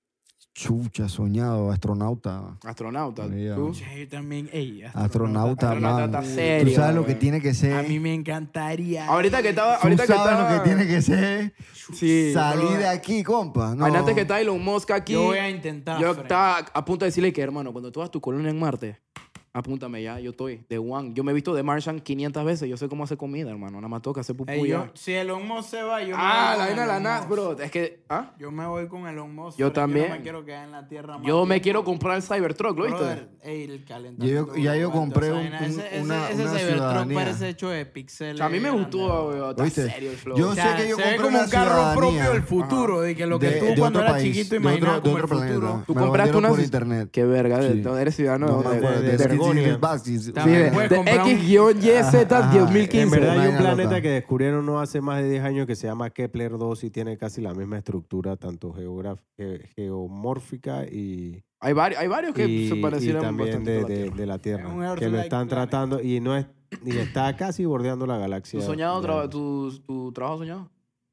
Chucha, soñado, astronauta. Astronauta. Yeah. ¿Tú? Sí, yo también, ey, Astronauta, Astronauta man. está Tú serio, sabes lo güey. que tiene que ser. A mí me encantaría. Ahorita que estaba... Tú Ahorita que sabes estaba... lo que tiene que ser. Sí. Salir bro. de aquí, compa. No. Antes que estaba Elon Musk aquí... Yo voy a intentar. Yo Fred. estaba a punto de decirle que, hermano, cuando tú vas a tu colonia en Marte, apúntame ya, yo estoy de One. Yo me he visto de Martian quinientas veces, yo sé cómo hacer comida, hermano. Nada más toca hacer pupú Ey, y yo- ya. si Elon Musk se va, yo me Ah, voy la con vaina de la Elon N A S, Musk. bro. Es que... ¿Ah? Yo me voy con Elon Musk. Yo Fred. también. Yo no me quiero quedar en la tierra más Yo me tiempo. quiero comprar el Cybertruck, ¿lo viste? Brother, ey, el calentamiento Ya yo- ya yo global, compré esa un- vaina. un- Ese, ese, una- ese una Cybertruck ciudadanía. parece hecho de píxeles. O sea, a mí me gustó, grande. güey. Está ¿Oíste? serio el flow. Yo O sé sea, que yo se ve compré como una un carro ciudadanía. propio del futuro, de que lo que de- tú de cuando otro eras país, chiquito de otro- imaginabas de como el otro futuro. planeta. Tú Me lo compraste vendieron una... por internet. Qué verga, de- Sí. no, eres ciudadano No, de... me acuerdo, de- de de- Bergonia. Basis. Sí, También de, puedes de comprar un- X Y Z Ajá, diez mil En quince. verdad hay un Vaina planeta loca. que descubrieron no hace más de diez años que se llama Kepler dos y tiene casi la misma estructura, tanto geograf- ge- geomórfica y, Hay varios, hay varios que y, se y parecieran también bastante de, a la de- Tierra. de la Es un Tierra. Que lo Earth-like están planet. tratando y no es y está casi bordeando la galaxia. ¿Tu soñado, de- traba- tu, tu trabajo soñado?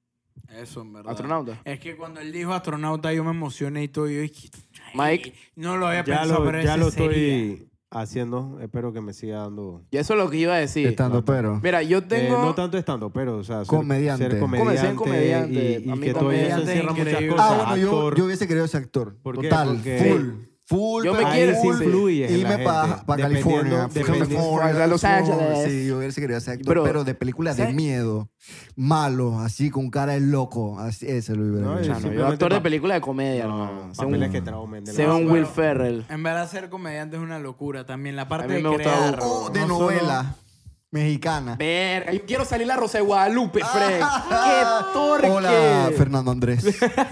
Eso, en verdad. Astronauta. Es que cuando él dijo astronauta yo me emocioné y todo. Yo dije, Mike. no lo había Ya pensado, lo, pero ya ese lo sería. estoy haciendo. Espero que me siga dando. Y eso es lo que iba a decir. Estando pero. Mira, yo Eh, tengo... no tanto estando, pero o sea, ser, Comediante. ser Come- comediante, ser comediante. y, y A mí que todo eso comediante es encierra muchas increíble. cosas. Ah, bueno, yo, Actor. yo hubiese querido ser actor. ¿Por qué? Total, Porque- full. Full, Yo me pero Ahí quiero- sí full. influye en la Irme para gente. California. Dependiendo- dependiendo- Para Los Ángeles. Sí, yo hubiese querido ser actor, Pero- pero de películas de ¿sabes? miedo. Malo, así con cara de loco. Así, ese lo hubiera No, querido. y Chano, yo simplemente actor de pa- película de comedia, No, hermano. Sé papeles un, que traumen. de sé la- un No, Will pero- Ferrell. En verdad ser comediante es una locura también. La parte A mí de me gusta crear. burro. O de no solo- novela mexicana. Verga, yo quiero salir la Rosa de Guadalupe, Fred. ¡Qué torque! Hola, Fernando Andrés.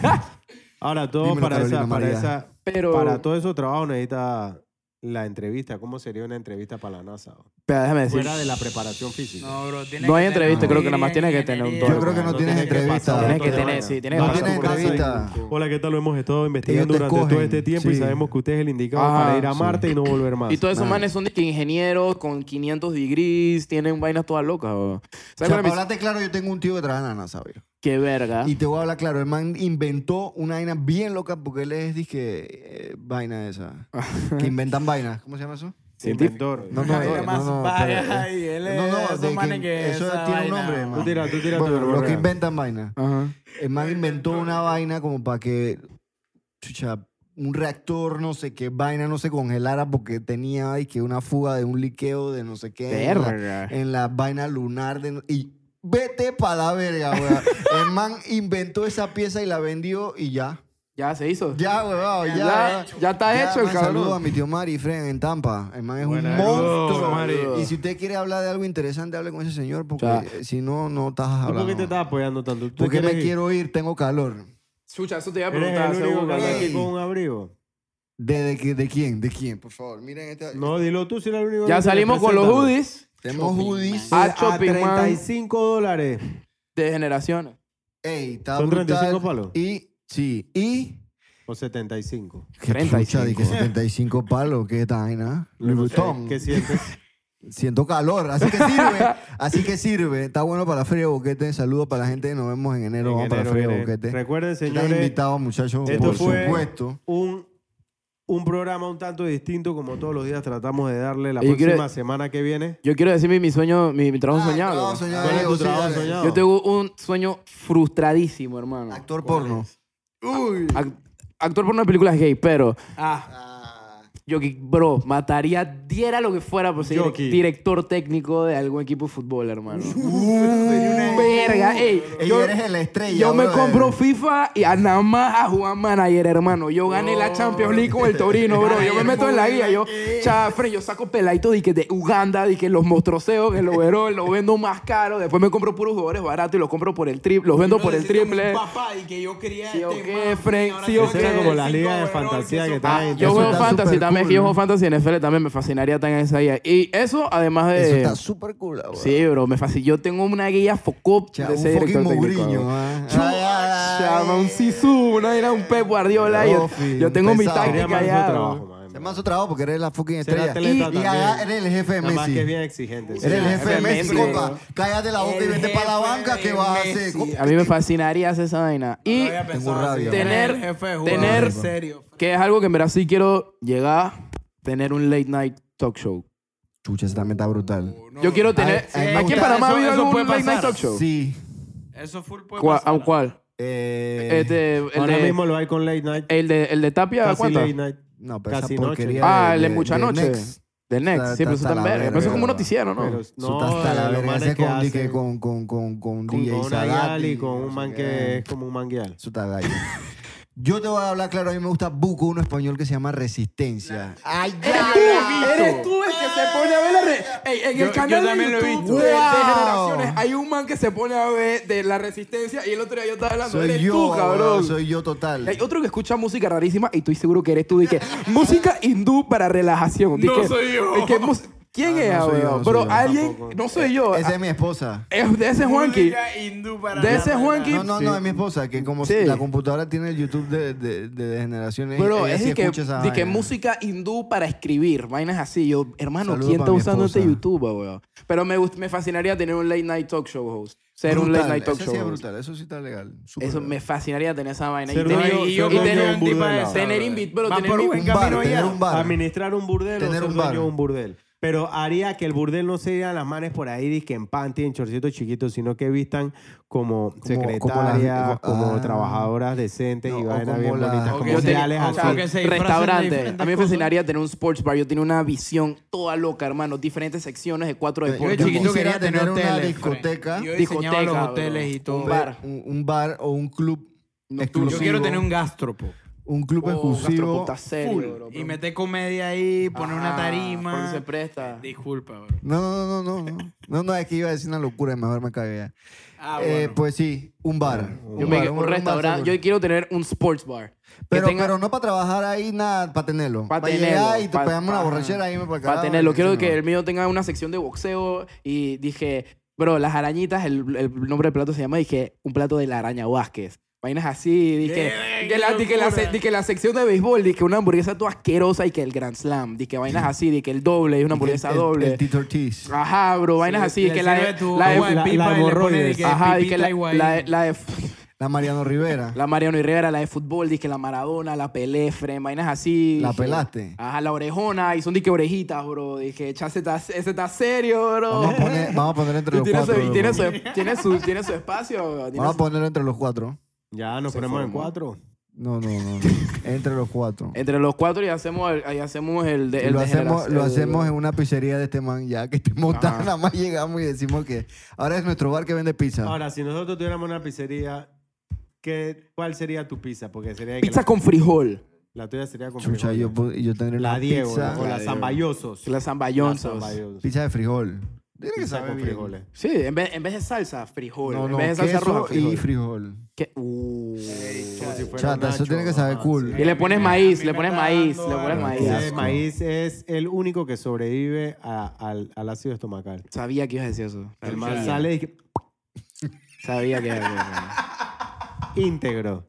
Ahora, todo Dímelo, para Carolina esa, para María. esa, Pero... para todo eso trabajo necesita la entrevista. ¿Cómo sería una entrevista para la NASA? Pero déjame decir... Fuera de la preparación física. No, bro, tiene No que hay tener entrevista, creo que degree nada más en tiene que tener un ingeniería. Yo creo que no tienes tienes que entrevista. pasar Tienes por que toda tener, la sí, vaina. tienes No que tienes pasar por eso. entrevista. Hola, ¿qué tal? Lo hemos estado investigando te durante todo escogen, este tiempo y sí. sabemos que usted es el indicado Ajá, para ir a sí. Marte y no volver más. Y todos esos Man. manes son de que ingenieros con quinientos degrees, tienen vainas todas locas. bro. O ¿Sabes sea, cuál es para mi- hablarte claro, yo tengo un tío que trabaja en la NASA, viejo. Qué verga. Y te voy a hablar claro, el man inventó una vaina bien loca porque él es, dije, eh, vaina esa. que inventan vainas. ¿Cómo se llama eso? Inventor. No, no, Hay eh, más no, no, varias pero, eh, ahí, él no, no, es esos de manes que- que eso esa tiene un vaina- nombre, Tú man. tira, tú tira tu Bueno, los verborrea. que inventan vainas. Ajá. El man inventó una vaina como para que, chucha, un reactor, no sé qué vaina, no se congelara porque tenía ay, que una fuga de un liqueo de no sé qué. en la- Verga. En la, vaina lunar. De, y vete para la verga, weón. El man inventó esa pieza y la vendió y ya. Ya se hizo. Ya, huevado, ya. Ya, ya está Ya, hecho el man, cabrón. Saludos a mi tío Mari Fren en Tampa. El man es Buena, un saludos, monstruo. Mari. Y si usted quiere hablar de algo interesante, hable con ese señor, porque Ya. eh, si no, no estás ¿Tú hablando. por qué te estás apoyando tanto? ¿Tú Porque me quieres ir? quiero ir, tengo calor. Chucha, eso te iba a ¿Eres preguntar. el único seguro, que anda cabrón. aquí con un abrigo? ¿De, de, qué- de quién? ¿De quién? Por favor, miren este. No, dilo tú si eres el único. Ya que salimos con los preséntalo. hoodies Tenemos hoodies. Ah, A Shopping Man. treinta y cinco dólares. de generaciones. Ey, está ¿Son brutal. treinta y cinco palos? Y, sí, y... O setenta y cinco. ¿Qué treinta y chucha, di que cinco. setenta y cinco palos, ¿qué tal, vaina? Louis No sé, Vuitton. ¿Qué sientes? Siento calor, así que sirve. Así que sirve. Está bueno para la Feria de Boquete. Saludos para la gente. Nos vemos en enero. En Vamos para la enero Feria de viene. Boquete. Recuerden, Están señores, invitados, muchachos. esto por fue supuesto. un, un programa un tanto distinto, como todos los días tratamos de darle la Yo próxima quiero- semana que viene. Yo quiero decir mi, mi sueño, mi, mi trabajo Ah, soñado. trabajo loco. soñado, ¿Cuál es tu Diego, sí, trabajo dale. soñado? Yo tengo un sueño frustradísimo, hermano. Actor porno. Ac- actor por una película gay, pero Ah, Ah, yo, que- bro, mataría, diera lo que fuera por ser Yoki. director técnico de algún equipo de fútbol, hermano. Verga, ey. Ey, Yo, eres la estrella. yo me brother. compro FIFA y a nada más a jugar manager, hermano. Yo gané la Champions League con el Torino, bro. Yo me meto en la guía. Yo, chafre, yo saco peladito de que de Uganda, de que los monstruoseos, que lo vero, los vendo más caro. Después me compro puros jugadores baratos y los compro por el triple. Los vendo por el triple. Papá, y que yo quería Sí, este ok, man, Frank, ahora sí, tengo ok. que Esa era como hacer las cinco ligas de overall, fantasía que eso- estaban Ah, en yo Eso juego está fantasy súper también, cool, que yo juego ¿no? fantasy en N F L también, me fascinaría estar en esa guía. Y eso, además de... Eso está súper cool, bro. Sí, bro, me fascina. Yo tengo una guía Focop Cha, de un ese director fucking técnico. mugriño, bro. ah. Chu- Ay, ay, Chama, un ay. Sisu, una era un Pep Guardiola. Yo, Ofi, yo tengo mi pesado. Sería táctica más su ya. trabajo, bro. man. Se me hace su trabajo porque eres la fucking Será estrella. atleta Y, y también. allá eres el jefe de Nada más Messi. que es bien exigente. sí. Eres el Sí, jefe de jefe de Messi, Messi, compa. bro. Cállate la boca y El vete para la jefe banca. ¿Qué de vas a hacer? Messi. ¿Cómo? A mí me fascinaría hacer esa vaina. No Y lo había pensado Tengo rabia. así. Tener- El jefe de jugador, tener- en serio. que es algo que en verdad sí quiero llegar, tener un late night talk show. Chucha, ese también está brutal. No, Yo quiero tener... a mí me ¿Aquí en gusta- Panamá ha eso- habido eso algún puede late night pasar. talk show? Sí. Eso full puede ¿Cuál? pasar. ¿A cuál? Eh, Este, el, Ahora de, mismo lo hay con Late Night. el, de, el de Tapia, Casi ¿cuánto? Late Night. no, pero casi esa noche. porquería Ah, el de Mucha de Noche. Next. Del Next. Está- Sí, pero eso está está en la verga. verga, Pero eso es como un bro. noticiero, ¿no? Pero Eso no, está hasta la los verga. manes Ese que con, di que hacen con, con, con, con con, D J con una Sagati, guial y con no un sé man qué. que es como un manguial. Eso está gallo. Yo te voy a hablar claro, a mí me gusta buco uno español que se llama Resistencia. ¡Ay, ya! Eres tú el que se pone a ver la re- Ey, en Yo- el canal yo también de lo he YouTube visto. de, de Wow. Generaciones hay un man que se pone a ver de la Resistencia y el otro día yo estaba hablando. Soy Eres yo, tú, cabrón. bro, soy yo total. Hay otro que escucha música rarísima y estoy seguro que eres tú. De que música hindú para relajación. Di No que- soy yo. di que mus- ¿Quién Ah, es, no soy yo, weón? no soy Pero yo, alguien, tampoco. no soy yo. Esa es mi esposa. Es de ese Juanqui. Música hindú para De la ese verdad. Juanqui. No, no, no, es mi esposa, que como Sí. la computadora tiene el YouTube de, de, de, de generaciones. Pero ella es sí de que, escucha esa de que vaina. música hindú para escribir, vainas así. Yo, hermano, Saludos ¿quién pa' está mi usando este esposa. YouTube, weón? Pero me, gust- me fascinaría tener un late night talk show host. Ser un Brutal, late night talk ese show sí es host. brutal, eso sí está legal. súper Eso legal. me fascinaría tener esa vaina. Ser y tener, dueño- Y yo ser y dueño tener- de un burdel tipa ahora. esa, tener bro. invit- pero Va tener por mi- buen un bar, camino tener ya. un bar. Administrar un burdel Tener o ser un dueño bar. de un burdel. Pero haría que el burdel no se diera las manes por ahí disque en panty, en chorcitos chiquitos, sino que vistan como, secretarias, como, como las- ah. trabajadoras decentes No, y o vainas como bien la- bonitas. o Como que se- ideales o así. sea, que se disfracen de restaurante. diferentes A mí me cosas. fascinaría tener un sports bar. Yo tenía una visión toda loca, hermano. Diferentes secciones de cuatro Yo- deportes. Yo de chiquito quisiera quería tener tener una hoteles. discoteca. Fred. Yo diseñaba Discoteca, los bro. hoteles y todo. Un bar. Un, un bar o un club Nocturno. exclusivo. Yo quiero tener un gastropo. un club Oh, exclusivo. gastroputa serio, full. bro, Y bro. meter comedia ahí, poner una Ah, tarima. cuando se presta. Disculpa, bro. No, no, no, no, no. No, no, es que iba a decir una locura y mejor me cagué ya. Ah, Eh, bueno. pues sí, un bar. Yo un, me, bar, un, bar restaurante. seguro. Yo quiero tener un sports bar. Que Pero, tenga- pero no para trabajar ahí, nada, para tenerlo. Pa' Para tenerlo, llegar y te pa- pegamos una pa- borrachera ahí me para Para tenerlo. Quiero que el mío tenga una sección de boxeo. Y dije, bro, las arañitas, el, el nombre del plato se llama, dije, un plato de la araña Vázquez. Vainas así, dije, ¡Qué que la, di que la, se- locura! di que la sección de béisbol, dije una hamburguesa toda asquerosa y que el Grand Slam, dije vainas así, dije el doble, y una hamburguesa el, doble. El, Tito Ortiz. Ajá, bro, vainas así, Le que la sirve de, tu la de, agua de la- pipa la y le pone hemorroides. de que ajá, y pipita que la, igual. la, de- la de La Mariano Rivera. la Mariano y Rivera, la de fútbol, dije la Maradona, la Pelé, Fren, vainas así. ¿La dije, pelaste? Ajá, la orejona, y son dije orejitas, bro. Dije, echa, ese está, ese está serio, bro. Vamos a poner, vamos a poner entre Y los tiene, cuatro. su, y tiene, loco. su, tiene, su, tiene su espacio. Tiene Vamos a su- ponerlo entre los cuatro. Ya nos Se ponemos en formó. cuatro. No, no, no. Entre los cuatro. Entre los cuatro y hacemos el, y hacemos el de, Y el lo de hacemos, generación- lo el- hacemos en una pizzería de este man ya que estemos Ajá. tan, nada más llegamos y decimos que ahora es nuestro bar que vende pizza. Ahora, si nosotros tuviéramos una pizzería ¿qué, ¿cuál sería tu pizza? Porque sería que Pizza la, con frijol. la tuya sería con Chucha, yo, frijol. pu- yo tendré La una Diego, pizza, o la zambayosos. La La zamballonzos. zambayosos. pizza de frijol. Tiene que Pizza saber con bien. frijoles. Sí, en vez, en vez de salsa, frijol. No, en no, vez de salsa queso roja, frijol. y frijol. ¿Qué? Uh. Como si fuera Chata, eso nacho, tiene que saber ajá, cool. sí. Y le pones A mí me- maíz, a mí le me pones está maíz, dando le pones algo. maíz. Qué Ese asco. maíz es el único que sobrevive a- al, al ácido estomacal. Sabía que ibas a decir eso. El Sabía. mal sale y que- Sabía que ibas a decir eso. íntegro.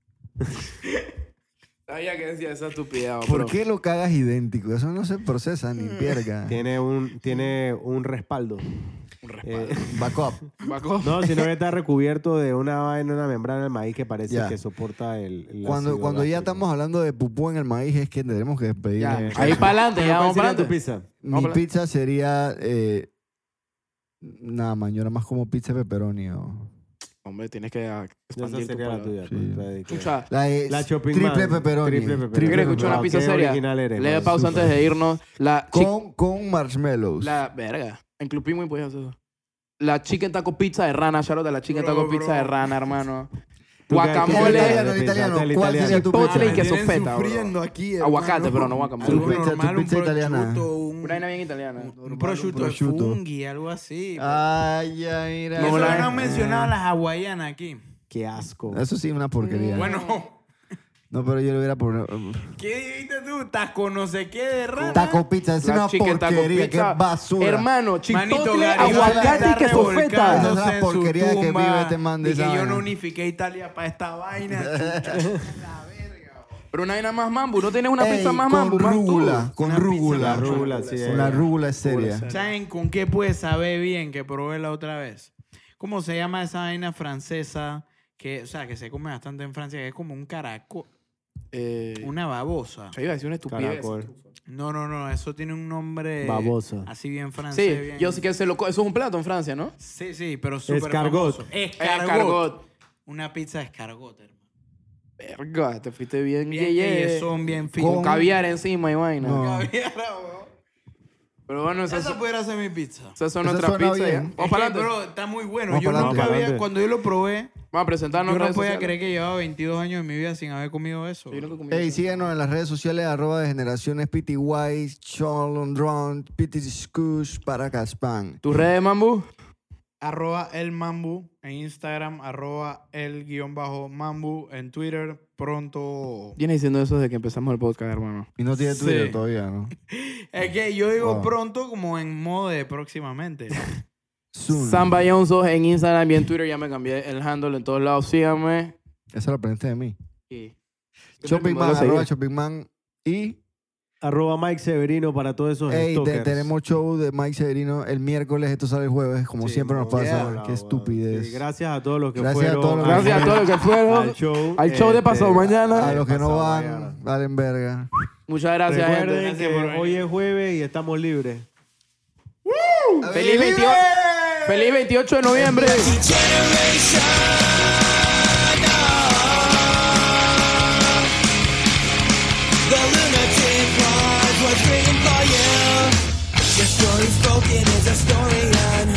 Sabía que decía esa estupidez. ¿Por pero- qué lo cagas idéntico? Eso no se procesa ni verga. Tiene un, tiene un respaldo. Un respaldo. Eh, Backup. Baco. no, sino que está recubierto de una vaina, una membrana del maíz que parece Ya. que soporta el, el Cuando, ácido cuando ya láctico. estamos hablando de pupú en el maíz es que tendremos que despedir. Ya, Eh, ahí para adelante, ¿Pero ya cuál vamos para sería tu adelante. pizza? Mi Vamos a- pizza sería... Eh, nada, man, yo era más como pizza de pepperoni. o- Hombre, tienes que ah, Esa expandir tu sería la palabra. tuya. Sí. pues, entonces, que- Escucha, La, de La Shopping triple Man. pepperoni. Triple pepperoni. Triple ¿quieres escuchar una Wow, pizza qué seria? original eres, Le man. pausa antes de irnos. La, chi- Con, con marshmallows. la verga. En Club Penguin podías hacer eso. La chicken taco pizza de rana, Charlotte, la chicken Bro, taco bro. pizza de rana, hermano. ¿Tú qué- El Guacamole, italiano, el Pizza, italiano. el ¿Cuál italiano. sería tu Chipotle pizza? y queso Tienen feta, bro. sufriendo aquí, Aguacate, hermano. pero no guacamole. Algo Tu pizza- tu normal, un pizza italiana. prosciutto, un, Una vaina bien italiana. un prosciutto de prosciutto. fungi, algo así. Ay, ya, mira. Y eso la- que no han mencionado las hawaianas aquí. Qué asco. Eso sí, una porquería. Bueno, No, pero yo le hubiera por ¿qué dijiste tú? Taco no sé qué de rana. taco pizza, es La una chicken taco porquería, qué pizza. basura. Hermano, Manito, chipotle, Gary aguacate está y queso feta. revolcándose Esa es la en su porquería que tumba. vive este man de Y que esa yo vaina. no unifiqué Italia para esta vaina. chucha. La verga. Pero una vaina más mambo. ¿No tienes una Ey, pizza más con mambo? más rúgula, todo? con Una pizza rúgula. con rúgula, sí, Con la eh. rúgula es seria. ¿Saben con qué puede saber bien que probé la otra vez? ¿Cómo se llama esa vaina francesa? Que, o sea, que se come bastante en Francia, que es como un caracol, Eh, una babosa. yo iba a decir una estupidez. Caracol. No, no, no, eso tiene un nombre Babosa. así bien francés. Sí, bien- yo sé que se lo co- eso es un plato en Francia, ¿no? Sí, sí, pero súper Escargot. famoso. Escargot. Escargot. Una pizza de escargot, hermano. Verga, te fuiste bien, Bien ye, ye. son bien Con finos. caviar encima y vaina. No. Caviar, weón. Pero bueno, esas, Esa pudiera ser mi pizza. esas son Esa nuestras suena pizzas. ya. bien. Vamos Es para que, adelante. bro, está muy bueno. Vamos Yo para nunca adelante. había, Adelante. cuando yo lo probé, Vamos a presentarnos. yo no redes podía sociales. creer que llevaba veintidós años de mi vida sin haber comido eso. Yo nunca comí Ey, eso. síguenos en las redes sociales, arroba de generaciones P T Y, Cholondron, P T Scush, para Caspan. ¿Tus redes, Mambu? Arroba el mambu en Instagram, arroba el guión bajo mambu en Twitter. Pronto. Vienes diciendo eso desde que empezamos el podcast, hermano. Y no tiene Sí. Twitter todavía, ¿no? Es que yo digo Wow. pronto como en modo de próximamente. Soon. Samba Bayonzos en Instagram y en Twitter. Ya me cambié el handle en todos lados. Síganme. Eso lo aprendiste de mí. Y... Shoppingman, arroba Shoppingman. Y, Arroba Mike Severino para todos esos hey, stalkers. tenemos show de Mike Severino el miércoles. Esto sale el jueves, como Sí, siempre nos no, pasa. hola, Qué hola. estupidez. Sí, gracias a todos los que Gracias a fueron. todos los que al- Gracias a todos los que fueron. al show. Al show de pasado mañana. A los que no pasado van, mañana. valen verga. Muchas gracias, Recuerden gente. que Gracias por venir. hoy es jueves y estamos libres. Feliz veintiocho, feliz veintiocho de noviembre. The lunatic life was written for you. Your story spoken is a story unheard.